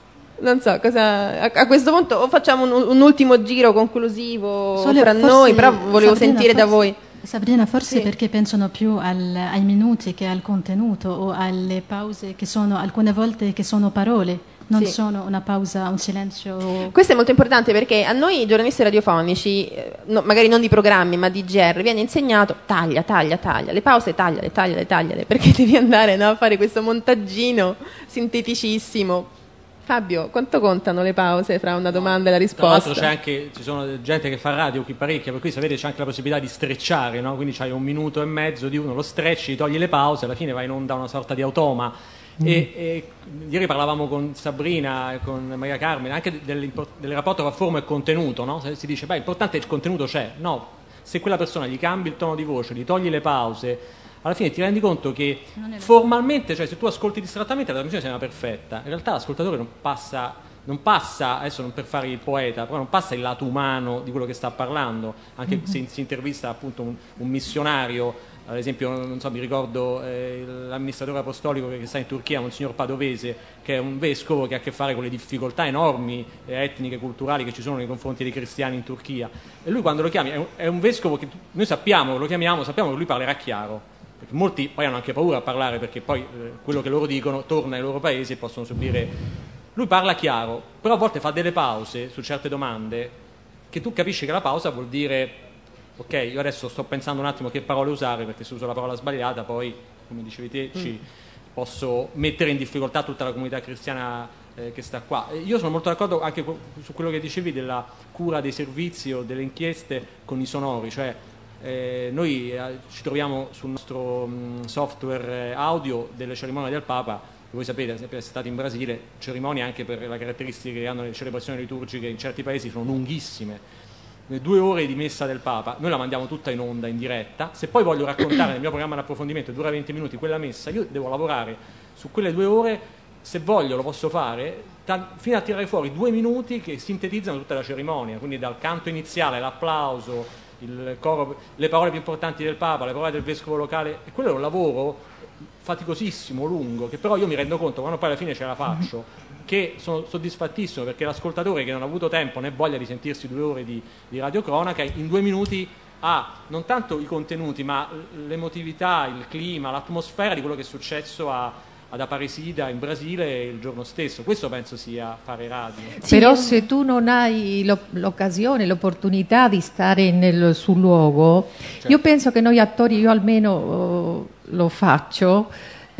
Non so cosa. A, a questo punto o facciamo un, un ultimo giro conclusivo Solo fra noi, però volevo Sabrina, sentire forse, da voi. Sabrina, forse Sì. perché pensano più al, ai minuti che al contenuto, o alle pause che sono alcune volte che sono parole, non Sì. sono una pausa, un silenzio. Questo è molto importante perché a noi giornalisti radiofonici, eh, no, magari non di programmi ma di G R, viene insegnato taglia, taglia, taglia, le pause tagliale, tagliale, tagliale, perché devi andare, no, a fare questo montaggino sinteticissimo. Fabio, quanto contano le pause fra una domanda e la risposta? Tra l'altro c'è anche, ci sono gente che fa radio qui parecchia, per cui sapete c'è anche la possibilità di strecciare, no? Quindi c'hai un minuto e mezzo di uno, lo strecci, togli le pause, alla fine vai in onda una sorta di automa. Mm. E, e ieri parlavamo con Sabrina e con Maria Carmen anche del, del rapporto tra forma e contenuto, no? Si dice, beh, l'importante è il contenuto c'è. No, se quella persona gli cambi il tono di voce, gli togli le pause, alla fine ti rendi conto che formalmente, cioè se tu ascolti distrattamente la trasmissione sembra perfetta, in realtà l'ascoltatore non passa, non passa, adesso non per fare il poeta, però non passa il lato umano di quello che sta parlando, anche mm-hmm. se si intervista appunto un, un missionario, ad esempio non so, mi ricordo eh, l'amministratore apostolico che, che sta in Turchia, Monsignor Padovese, che è un vescovo che ha a che fare con le difficoltà enormi eh, etniche, culturali che ci sono nei confronti dei cristiani in Turchia, e lui quando lo chiami è un, è un vescovo che noi sappiamo, lo chiamiamo, sappiamo che lui parlerà chiaro. Perché molti poi hanno anche paura a parlare perché poi eh, quello che loro dicono torna ai loro paesi e possono subire. Lui parla chiaro, però a volte fa delle pause su certe domande che tu capisci che la pausa vuol dire ok, io adesso sto pensando un attimo che parole usare, perché se uso la parola sbagliata poi, come dicevi te, mm. ci posso mettere in difficoltà tutta la comunità cristiana eh, che sta qua. E io sono molto d'accordo anche su quello che dicevi della cura dei servizi o delle inchieste con i sonori, cioè Eh, noi eh, ci troviamo sul nostro mh, software eh, audio delle cerimonie del Papa. Voi sapete, se siete stati in Brasile, cerimonie anche per la caratteristica che hanno le celebrazioni liturgiche in certi paesi sono lunghissime, le due ore di messa del Papa noi la mandiamo tutta in onda in diretta. Se poi voglio raccontare nel mio programma di approfondimento, dura venti minuti quella messa, io devo lavorare su quelle due ore, se voglio lo posso fare t- fino a tirare fuori due minuti che sintetizzano tutta la cerimonia, quindi dal canto iniziale, l'applauso, il coro, le parole più importanti del Papa, le parole del vescovo locale, e quello è un lavoro faticosissimo, lungo, che però io mi rendo conto quando poi alla fine ce la faccio che sono soddisfattissimo, perché l'ascoltatore che non ha avuto tempo né voglia di sentirsi due ore di, di radiocronaca in due minuti ha non tanto i contenuti ma l'emotività, il clima, l'atmosfera di quello che è successo a ad Aparecida in Brasile il giorno stesso. Questo penso sia fare radio. Sì, però se tu non hai lo, l'occasione, l'opportunità di stare nel, sul luogo, certo. Io penso che noi attori, io almeno oh, lo faccio,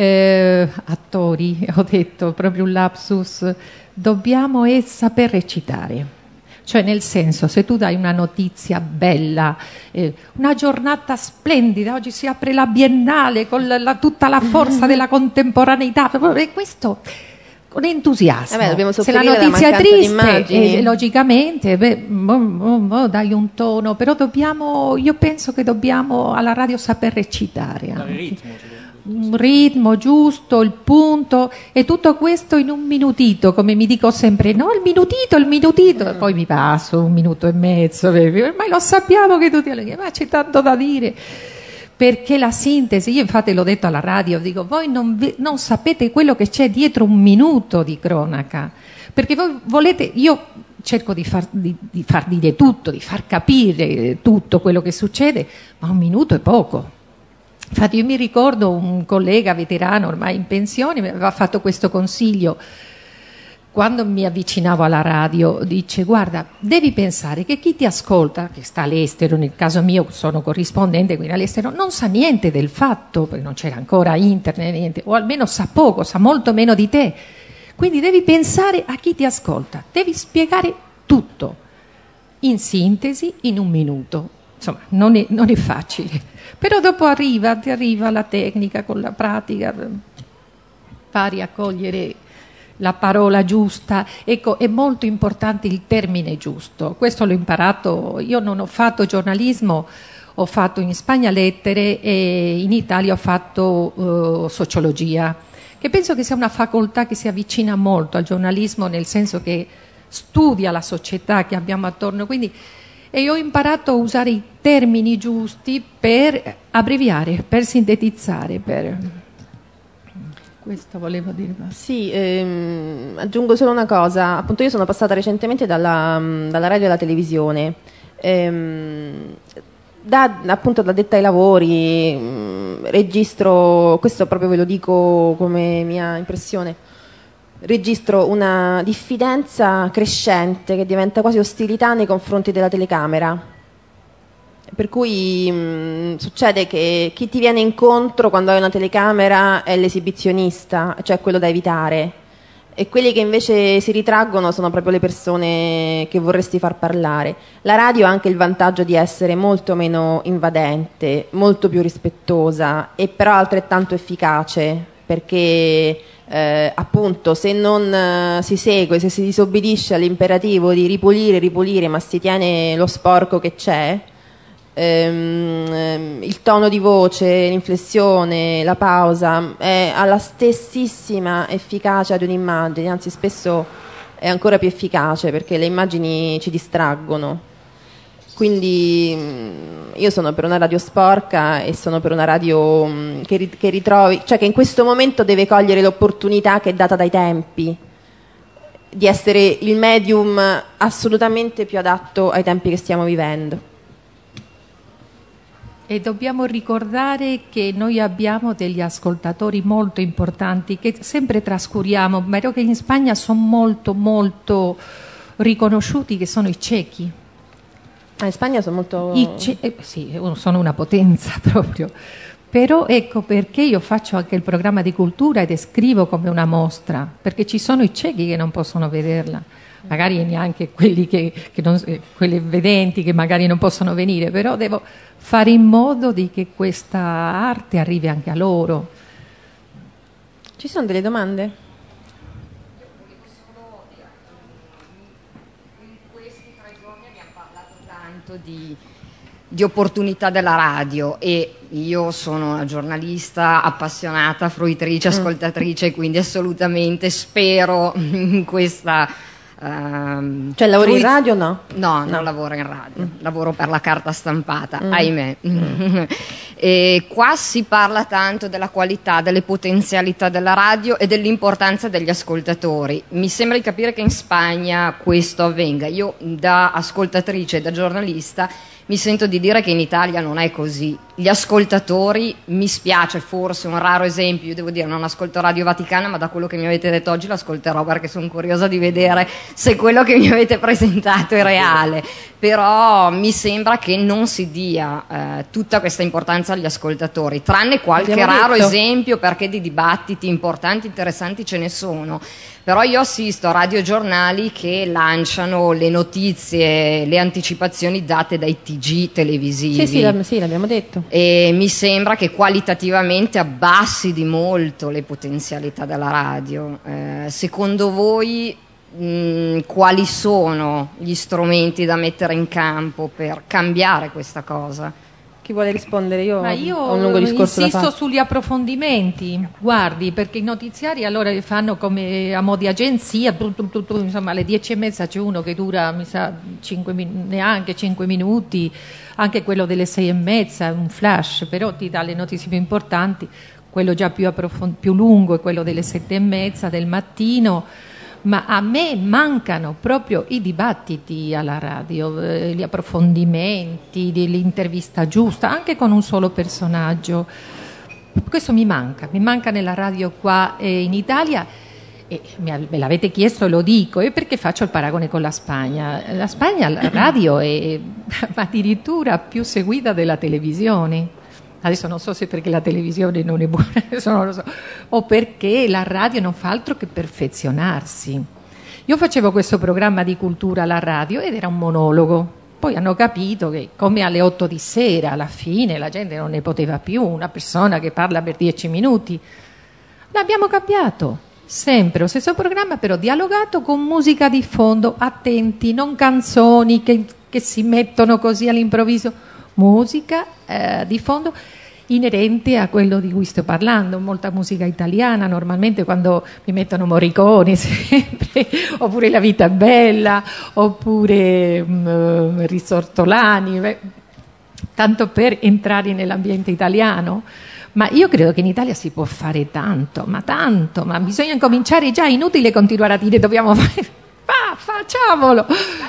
eh, attori, ho detto proprio un lapsus, dobbiamo è saper recitare. Cioè, nel senso, se tu dai una notizia bella, eh, una giornata splendida, oggi si apre la Biennale con la, la, tutta la forza della contemporaneità, e questo con entusiasmo. Eh beh, se la notizia è triste, eh, logicamente, beh, mo, mo, mo, dai un tono, però dobbiamo, io penso che dobbiamo alla radio saper recitare. Dare ritmo, un ritmo giusto, il punto, e tutto questo in un minutito, come mi dico sempre, no, il minutito, il minutito, e poi mi passo un minuto e mezzo, ormai lo sappiamo che tutti, ma c'è tanto da dire, perché la sintesi, io infatti l'ho detto alla radio, dico, voi non, vi, non sapete quello che c'è dietro un minuto di cronaca, perché voi volete, io cerco di far, di, di far dire tutto, di far capire tutto quello che succede, ma un minuto è poco. Infatti io mi ricordo un collega veterano ormai in pensione mi aveva fatto questo consiglio quando mi avvicinavo alla radio, dice: guarda, devi pensare che chi ti ascolta, che sta all'estero, nel caso mio sono corrispondente quindi all'estero, non sa niente del fatto, perché non c'era ancora internet, niente, o almeno sa poco, sa molto meno di te, quindi devi pensare a chi ti ascolta, devi spiegare tutto in sintesi in un minuto. Insomma, non è, non è facile, però dopo arriva, ti arriva la tecnica con la pratica, pari a cogliere la parola giusta. Ecco, è molto importante il termine giusto, questo l'ho imparato, io non ho fatto giornalismo, ho fatto in Spagna lettere e in Italia ho fatto uh, sociologia, che penso che sia una facoltà che si avvicina molto al giornalismo, nel senso che studia la società che abbiamo attorno, quindi e ho imparato a usare i termini giusti per abbreviare, per sintetizzare, per... questo volevo dire. Sì, ehm, aggiungo solo una cosa, appunto io sono passata recentemente dalla, dalla radio alla televisione, ehm, da, appunto da detta ai lavori, mh, registro, questo proprio ve lo dico come mia impressione, registro una diffidenza crescente che diventa quasi ostilità nei confronti della telecamera, per cui mh, succede che chi ti viene incontro quando hai una telecamera è l'esibizionista, cioè quello da evitare, e quelli che invece si ritraggono sono proprio le persone che vorresti far parlare. La radio ha anche il vantaggio di essere molto meno invadente, molto più rispettosa e però altrettanto efficace, perché Eh, appunto se non eh, si segue, se si disobbedisce all'imperativo di ripulire, ripulire, ma si tiene lo sporco che c'è, ehm, ehm, il tono di voce, l'inflessione, la pausa è, ha la stessissima efficacia di un'immagine, anzi spesso è ancora più efficace perché le immagini ci distraggono. Quindi io sono per una radio sporca e sono per una radio che, che ritrovi, cioè che in questo momento deve cogliere l'opportunità che è data dai tempi di essere il medium assolutamente più adatto ai tempi che stiamo vivendo. E dobbiamo ricordare che noi abbiamo degli ascoltatori molto importanti che sempre trascuriamo, ma che in Spagna sono molto molto riconosciuti, che sono i cechi. Ah, in Spagna sono molto... I ce- eh, sì, sono una potenza proprio. Però ecco perché io faccio anche il programma di cultura ed scrivo come una mostra, perché ci sono i ciechi che non possono vederla, magari neanche quelli che, che non, eh, quelli vedenti che magari non possono venire, però devo fare in modo di che questa arte arrivi anche a loro. Ci sono delle domande? Di, di opportunità della radio, e io sono una giornalista appassionata, fruitrice, ascoltatrice, quindi assolutamente spero in questa uh, cioè lavori fruit- in radio o no? No, no, non lavoro in radio, mm. lavoro per la carta stampata, mm. ahimè. Mm. E qua si parla tanto della qualità, delle potenzialità della radio e dell'importanza degli ascoltatori. Mi sembra di capire che in Spagna questo avvenga. Io da ascoltatrice e da giornalista mi sento di dire che in Italia non è così. Gli ascoltatori, mi spiace, forse un raro esempio, io devo dire non ascolto Radio Vaticana, ma da quello che mi avete detto oggi l'ascolterò perché sono curiosa di vedere se quello che mi avete presentato è reale. Però mi sembra che non si dia eh, tutta questa importanza importanza agli ascoltatori, tranne qualche Abbiamo raro detto. esempio, perché di dibattiti importanti, interessanti ce ne sono. Però io assisto a radiogiornali che lanciano le notizie, le anticipazioni date dai T G televisivi. Sì, sì, l'ab- sì, l'abbiamo detto. E mi sembra che qualitativamente abbassi di molto le potenzialità della radio. Eh, secondo voi mh, quali sono gli strumenti da mettere in campo per cambiare questa cosa? Chi vuole rispondere? Io, Ma io ho un lungo discorso da insisto fare. sugli approfondimenti, guardi, perché i notiziari allora li fanno come a mo' di agenzia, tu, tu, tu, tu, insomma alle dieci e mezza c'è uno che dura, mi sa, cinque min- neanche cinque minuti, anche quello delle sei e mezza, un flash, però ti dà le notizie più importanti, quello già più, approfond- più lungo è quello delle sette e mezza del mattino. Ma a me mancano proprio i dibattiti alla radio, eh, gli approfondimenti, l'intervista giusta, anche con un solo personaggio. Questo mi manca, mi manca nella radio qua eh, in Italia. E me l'avete chiesto e lo dico, e perché faccio il paragone con la Spagna. La Spagna, la radio è addirittura più seguita della televisione. Adesso non so se perché la televisione non è buona, adesso non lo so, o perché la radio non fa altro che perfezionarsi. Io facevo questo programma di cultura alla radio ed era un monologo. Poi hanno capito che come alle otto di sera, alla fine, la gente non ne poteva più, una persona che parla per dieci minuti. L'abbiamo cambiato, sempre lo stesso programma, però dialogato con musica di fondo, attenti, non canzoni che, che si mettono così all'improvviso. Musica eh, di fondo inerente a quello di cui sto parlando, molta musica italiana, normalmente quando mi mettono Morricone sempre, oppure La vita è bella, oppure um, Risortolani, beh, tanto per entrare nell'ambiente italiano. Ma io credo che in Italia si può fare tanto, ma tanto, ma bisogna cominciare già, è inutile continuare a dire dobbiamo fare, ah, facciamolo.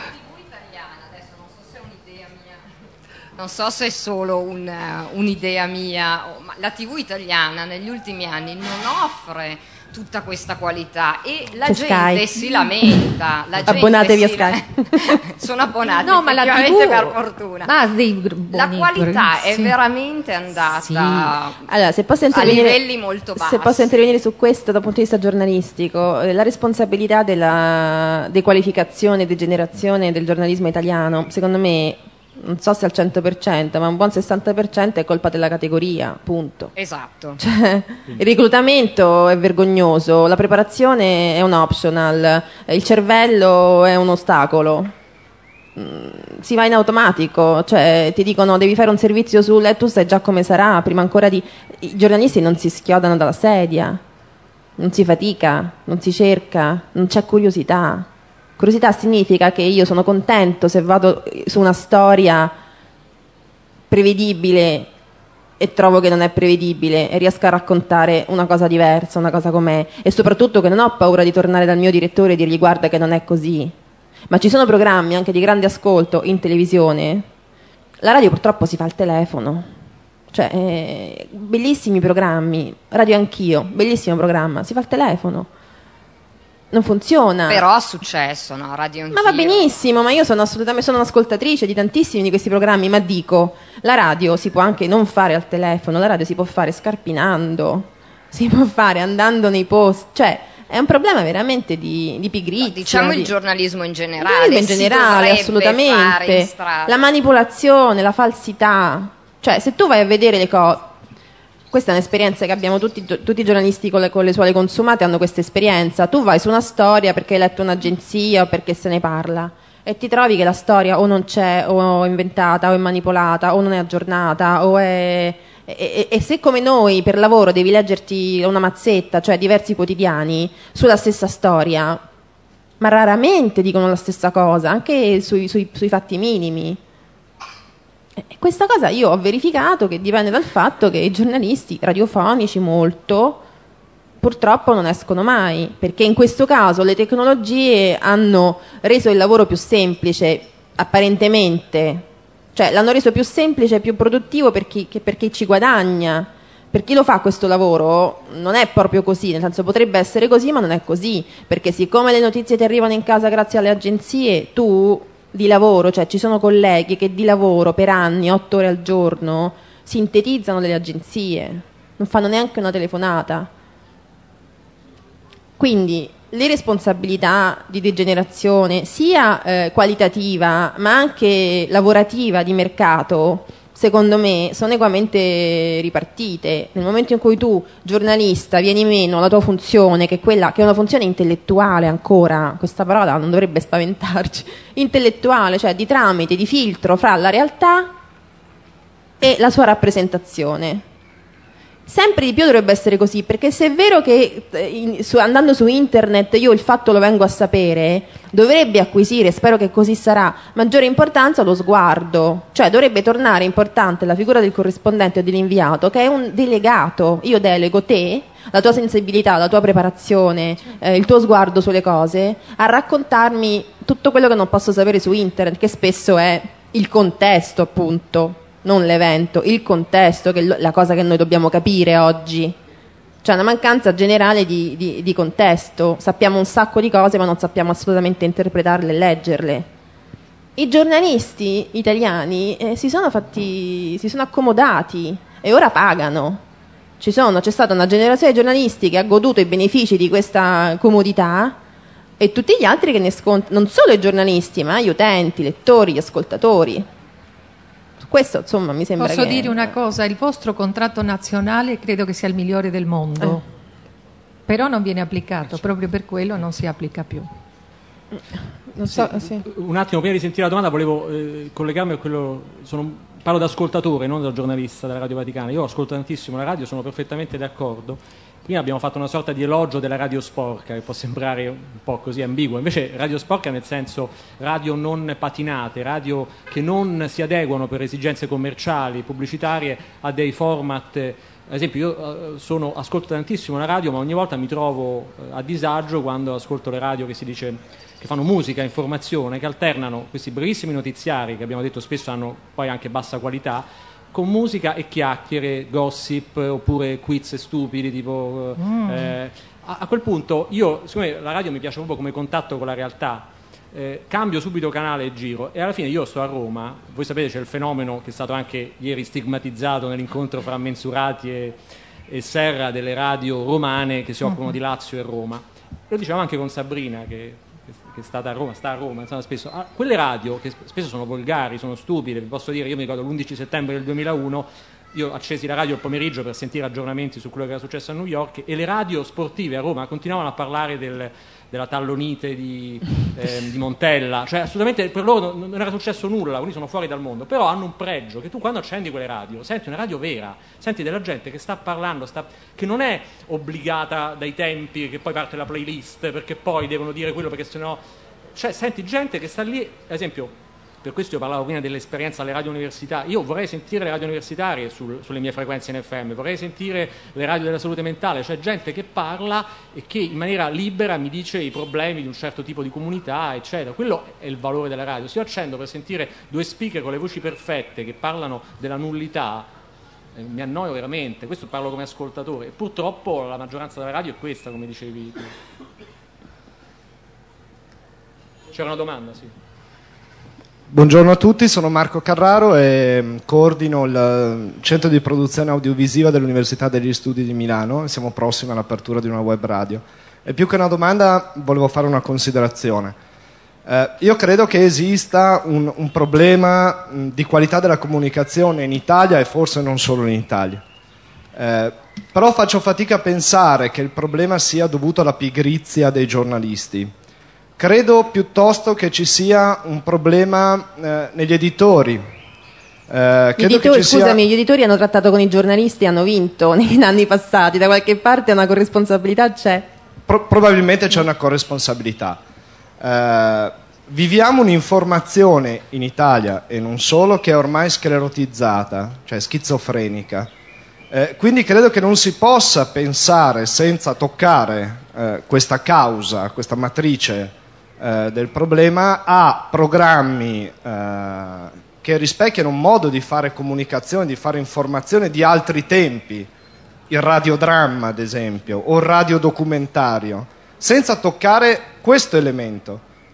Non so se è solo un, un'idea mia, ma la tivù italiana negli ultimi anni non offre tutta questa qualità e la C'è gente Sky. si lamenta. La gente Abbonatevi si a la- Sky. Sono abbonati, No, ma la effettivamente, tivù per fortuna. ma dei La buoni qualità è sì. veramente andata Sì. Allora, se posso a intervenire, livelli molto bassi. se posso intervenire su questo dal punto di vista giornalistico, eh, la responsabilità della dequalificazione e degenerazione del giornalismo italiano, secondo me, non so se al cento per cento, ma un buon sessanta per cento è colpa della categoria, punto. Esatto. Cioè, il reclutamento è vergognoso, la preparazione è un optional, il cervello è un ostacolo. Mm, Si va in automatico, cioè ti dicono devi fare un servizio sul e tu sai già come sarà, prima ancora di... I giornalisti non si schiodano dalla sedia, non si fatica, non si cerca, non c'è curiosità. Curiosità significa che io sono contento se vado su una storia prevedibile e trovo che non è prevedibile e riesco a raccontare una cosa diversa, una cosa com'è, e soprattutto che non ho paura di tornare dal mio direttore e dirgli guarda che non è così. Ma ci sono programmi anche di grande ascolto in televisione. La radio purtroppo si fa al telefono, cioè eh, bellissimi programmi, Radio Anch'io, bellissimo programma, si fa al telefono. Non funziona. Però ha successo, no? Radio Ma va Anch'io. benissimo, ma io sono assolutamente sono un'ascoltatrice di tantissimi di questi programmi, ma dico, la radio si può anche non fare al telefono, la radio si può fare scarpinando, si può fare andando nei post, cioè è un problema veramente di, di pigrizia. Diciamo di... il giornalismo in Il generale. giornalismo in si generale, dovrebbe fare in assolutamente. strada. La manipolazione, la falsità, cioè se tu vai a vedere le cose... Questa è un'esperienza che abbiamo tutti, tutti i giornalisti con le, con le suole consumate hanno questa esperienza. Tu vai su una storia perché hai letto un'agenzia o perché se ne parla e ti trovi che la storia o non c'è o è inventata o è manipolata o non è aggiornata o è... E, e, e se come noi per lavoro devi leggerti una mazzetta, cioè diversi quotidiani sulla stessa storia, ma raramente dicono la stessa cosa, anche sui, sui, sui fatti minimi. E questa cosa io ho verificato che dipende dal fatto che i giornalisti radiofonici molto purtroppo non escono mai, perché in questo caso le tecnologie hanno reso il lavoro più semplice, apparentemente, cioè l'hanno reso più semplice e più produttivo per chi, che per chi ci guadagna. Per chi lo fa questo lavoro non è proprio così, nel senso potrebbe essere così ma non è così, perché siccome le notizie ti arrivano in casa grazie alle agenzie, tu di lavoro, cioè ci sono colleghi che di lavoro per anni, otto ore al giorno, sintetizzano delle agenzie, non fanno neanche una telefonata. Quindi le responsabilità di degenerazione, sia eh, qualitativa ma anche lavorativa, di mercato, secondo me sono equamente ripartite. Nel momento in cui tu, giornalista, vieni meno alla tua funzione, che è quella che è una funzione intellettuale ancora, questa parola non dovrebbe spaventarci, intellettuale, cioè di tramite, di filtro fra la realtà e la sua rappresentazione. Sempre di più dovrebbe essere così, perché se è vero che in, su, andando su internet io il fatto lo vengo a sapere, dovrebbe acquisire, spero che così sarà, maggiore importanza lo sguardo, cioè dovrebbe tornare importante la figura del corrispondente o dell'inviato, che è un delegato. Io delego te, la tua sensibilità, la tua preparazione, eh, il tuo sguardo sulle cose, a raccontarmi tutto quello che non posso sapere su internet, che spesso è il contesto, appunto, non l'evento, il contesto, che è la cosa che noi dobbiamo capire oggi. C'è una mancanza generale di, di, di contesto. Sappiamo un sacco di cose ma non sappiamo assolutamente interpretarle e leggerle. I giornalisti italiani eh, si sono fatti, si sono accomodati e ora pagano. Ci sono, c'è stata una generazione di giornalisti che ha goduto i benefici di questa comodità e tutti gli altri che ne scontano, non solo i giornalisti ma gli utenti, i lettori, gli ascoltatori. Questo, insomma, mi sembra Posso che... dire una cosa, il vostro contratto nazionale credo che sia il migliore del mondo, eh. però non viene applicato, proprio per quello non si applica più. Non so, sì, sì. Un attimo, prima di sentire la domanda, volevo eh, collegarmi a quello... Sono, parlo da ascoltatore, non da giornalista della Radio Vaticana. Io ascolto tantissimo la radio, sono perfettamente d'accordo. Prima abbiamo fatto una sorta di elogio della radio sporca, che può sembrare un po' così ambiguo. Invece radio sporca nel senso radio non patinate, radio che non si adeguano per esigenze commerciali, pubblicitarie, a dei format. Ad esempio io sono, ascolto tantissimo la radio, ma ogni volta mi trovo a disagio quando ascolto le radio che si dice che fanno musica, informazione, che alternano questi brevissimi notiziari che abbiamo detto spesso hanno poi anche bassa qualità, con musica e chiacchiere, gossip oppure quiz stupidi tipo mm. eh, a, a quel punto io, siccome la radio mi piace proprio come contatto con la realtà, eh, cambio subito canale e giro, e alla fine io sto a Roma. Voi sapete c'è il fenomeno che è stato anche ieri stigmatizzato nell'incontro fra Mensurati e, e Serra delle radio romane che si occupano mm-hmm. di Lazio e Roma. Lo dicevamo anche con Sabrina che che è stata a Roma, sta a Roma, insomma, spesso. Ah, quelle radio che spesso sono volgari, sono stupide, vi posso dire, io mi ricordo l'undici settembre del duemilauno, io accesi la radio il pomeriggio per sentire aggiornamenti su quello che era successo a New York, e le radio sportive a Roma continuavano a parlare del, della tallonite di, eh, di Montella, cioè assolutamente per loro non, non era successo nulla, quindi sono fuori dal mondo, però hanno un pregio, che tu quando accendi quelle radio senti una radio vera, senti della gente che sta parlando, sta, che non è obbligata dai tempi, che poi parte la playlist perché poi devono dire quello perché sennò, cioè senti gente che sta lì, ad esempio. Per questo io parlavo prima dell'esperienza alle radio universitarie. Io vorrei sentire le radio universitarie sul, sulle mie frequenze in F M, vorrei sentire le radio della salute mentale, cioè gente che parla e che in maniera libera mi dice i problemi di un certo tipo di comunità, eccetera. Quello è il valore della radio. Se io accendo per sentire due speaker con le voci perfette che parlano della nullità, eh, mi annoio veramente. Questo parlo come ascoltatore. E purtroppo la maggioranza della radio è questa, come dicevi tu. C'era una domanda, sì. Buongiorno a tutti, sono Marco Carraro e coordino il centro di produzione audiovisiva dell'Università degli Studi di Milano e siamo prossimi all'apertura di una web radio. E più che una domanda volevo fare una considerazione. Eh, io credo che esista un, un problema mh, di qualità della comunicazione in Italia e forse non solo in Italia. Eh, però faccio fatica a pensare che il problema sia dovuto alla pigrizia dei giornalisti. Credo piuttosto che ci sia un problema eh, negli editori. Eh, gli editori scusami, sia... gli editori hanno trattato con i giornalisti e hanno vinto negli anni passati. Da qualche parte una corresponsabilità c'è. Pro- probabilmente c'è una corresponsabilità. Eh, viviamo un'informazione in Italia, e non solo, che è ormai sclerotizzata, cioè schizofrenica. Eh, quindi credo che non si possa pensare senza toccare eh, questa causa, questa matrice Eh, del problema, a programmi eh, che rispecchiano un modo di fare comunicazione, di fare informazione di altri tempi, il radiodramma ad esempio o il radiodocumentario, senza toccare questo elemento,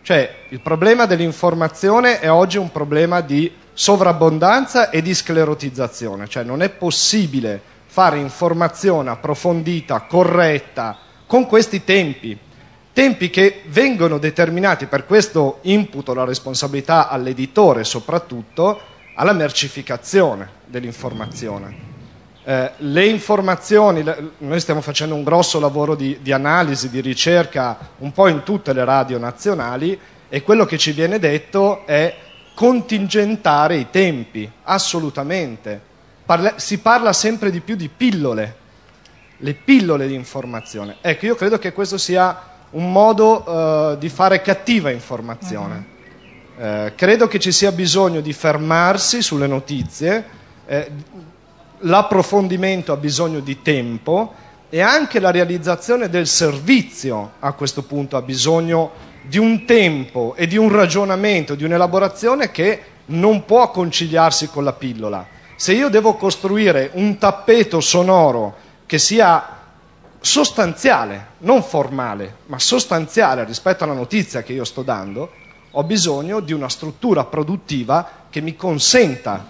Cioè, il problema dell'informazione è oggi un problema di sovrabbondanza e di sclerotizzazione, cioè non è possibile fare informazione approfondita, corretta, con questi tempi, tempi che vengono determinati, per questo imputo la responsabilità all'editore soprattutto, alla mercificazione dell'informazione. Eh, le informazioni, le, noi stiamo facendo un grosso lavoro di, di analisi, di ricerca un po' in tutte le radio nazionali, e quello che ci viene detto è contingentare i tempi, assolutamente. Parla, si parla sempre di più di pillole, le pillole di informazione. Ecco, io credo che questo sia un modo uh, di fare cattiva informazione. Uh-huh. Eh, credo che ci sia bisogno di fermarsi sulle notizie, eh, l'approfondimento ha bisogno di tempo e anche la realizzazione del servizio a questo punto ha bisogno di un tempo e di un ragionamento, di un'elaborazione che non può conciliarsi con la pillola. Se io devo costruire un tappeto sonoro che sia sostanziale, non formale, ma sostanziale rispetto alla notizia che io sto dando, ho bisogno di una struttura produttiva che mi consenta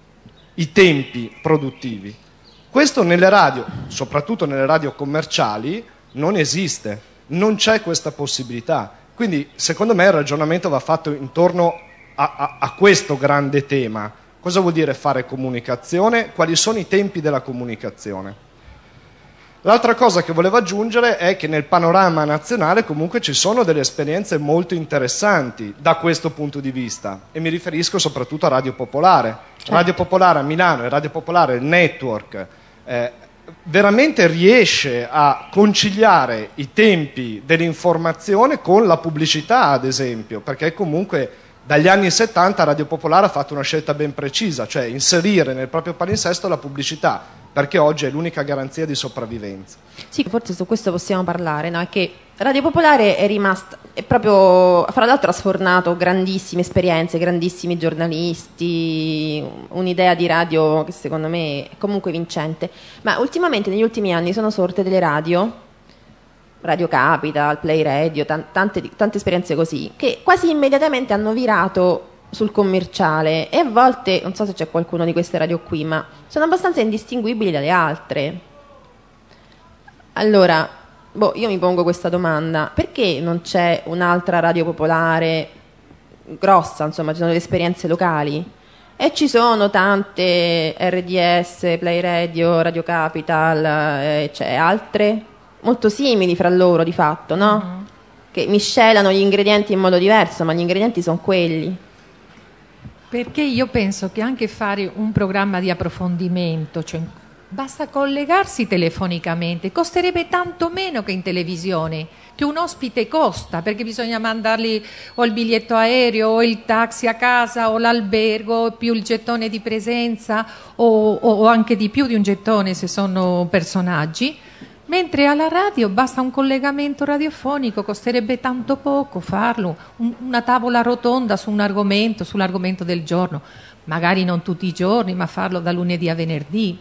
i tempi produttivi. Questo nelle radio, soprattutto nelle radio commerciali, non esiste, non c'è questa possibilità. Quindi, secondo me, il ragionamento va fatto intorno a, a, a questo grande tema. Cosa vuol dire fare comunicazione? Quali sono i tempi della comunicazione? L'altra cosa che volevo aggiungere è che nel panorama nazionale comunque ci sono delle esperienze molto interessanti da questo punto di vista, e mi riferisco soprattutto a Radio Popolare. Certo. Radio Popolare a Milano e Radio Popolare, il network, eh, veramente riesce a conciliare i tempi dell'informazione con la pubblicità, ad esempio, perché comunque dagli anni settanta Radio Popolare ha fatto una scelta ben precisa, cioè inserire nel proprio palinsesto la pubblicità, perché oggi è l'unica garanzia di sopravvivenza. Sì, forse su questo possiamo parlare, no? È che Radio Popolare è rimasta, è proprio, fra l'altro ha sfornato grandissime esperienze, grandissimi giornalisti, un'idea di radio che secondo me è comunque vincente, ma ultimamente negli ultimi anni sono sorte delle radio, Radio Capital, Play Radio, tante, tante esperienze così, che quasi immediatamente hanno virato sul commerciale, e a volte, non so se c'è qualcuno di queste radio qui, ma sono abbastanza indistinguibili dalle altre. Allora, boh, io mi pongo questa domanda: perché non c'è un'altra Radio Popolare grossa, insomma, ci sono delle esperienze locali e ci sono tante R D S, Play Radio, Radio Capital, eh, c'è altre molto simili fra loro di fatto, no? Uh-huh. Che miscelano gli ingredienti in modo diverso, ma gli ingredienti sono quelli. Perché io penso che anche fare un programma di approfondimento, cioè basta collegarsi telefonicamente, costerebbe tanto meno che in televisione, che un ospite costa, perché bisogna mandargli o il biglietto aereo o il taxi a casa o l'albergo più il gettone di presenza o, o anche di più di un gettone se sono personaggi. Mentre alla radio basta un collegamento radiofonico, costerebbe tanto poco farlo, un, una tavola rotonda su un argomento, sull'argomento del giorno, magari non tutti i giorni, ma farlo da lunedì a venerdì.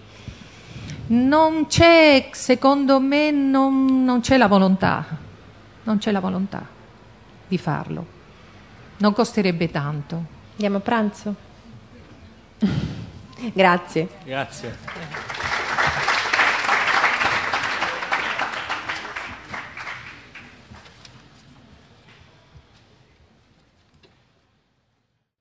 Non c'è, secondo me, non, non c'è la volontà, non c'è la volontà di farlo. Non costerebbe tanto. Andiamo a pranzo? Grazie. Grazie.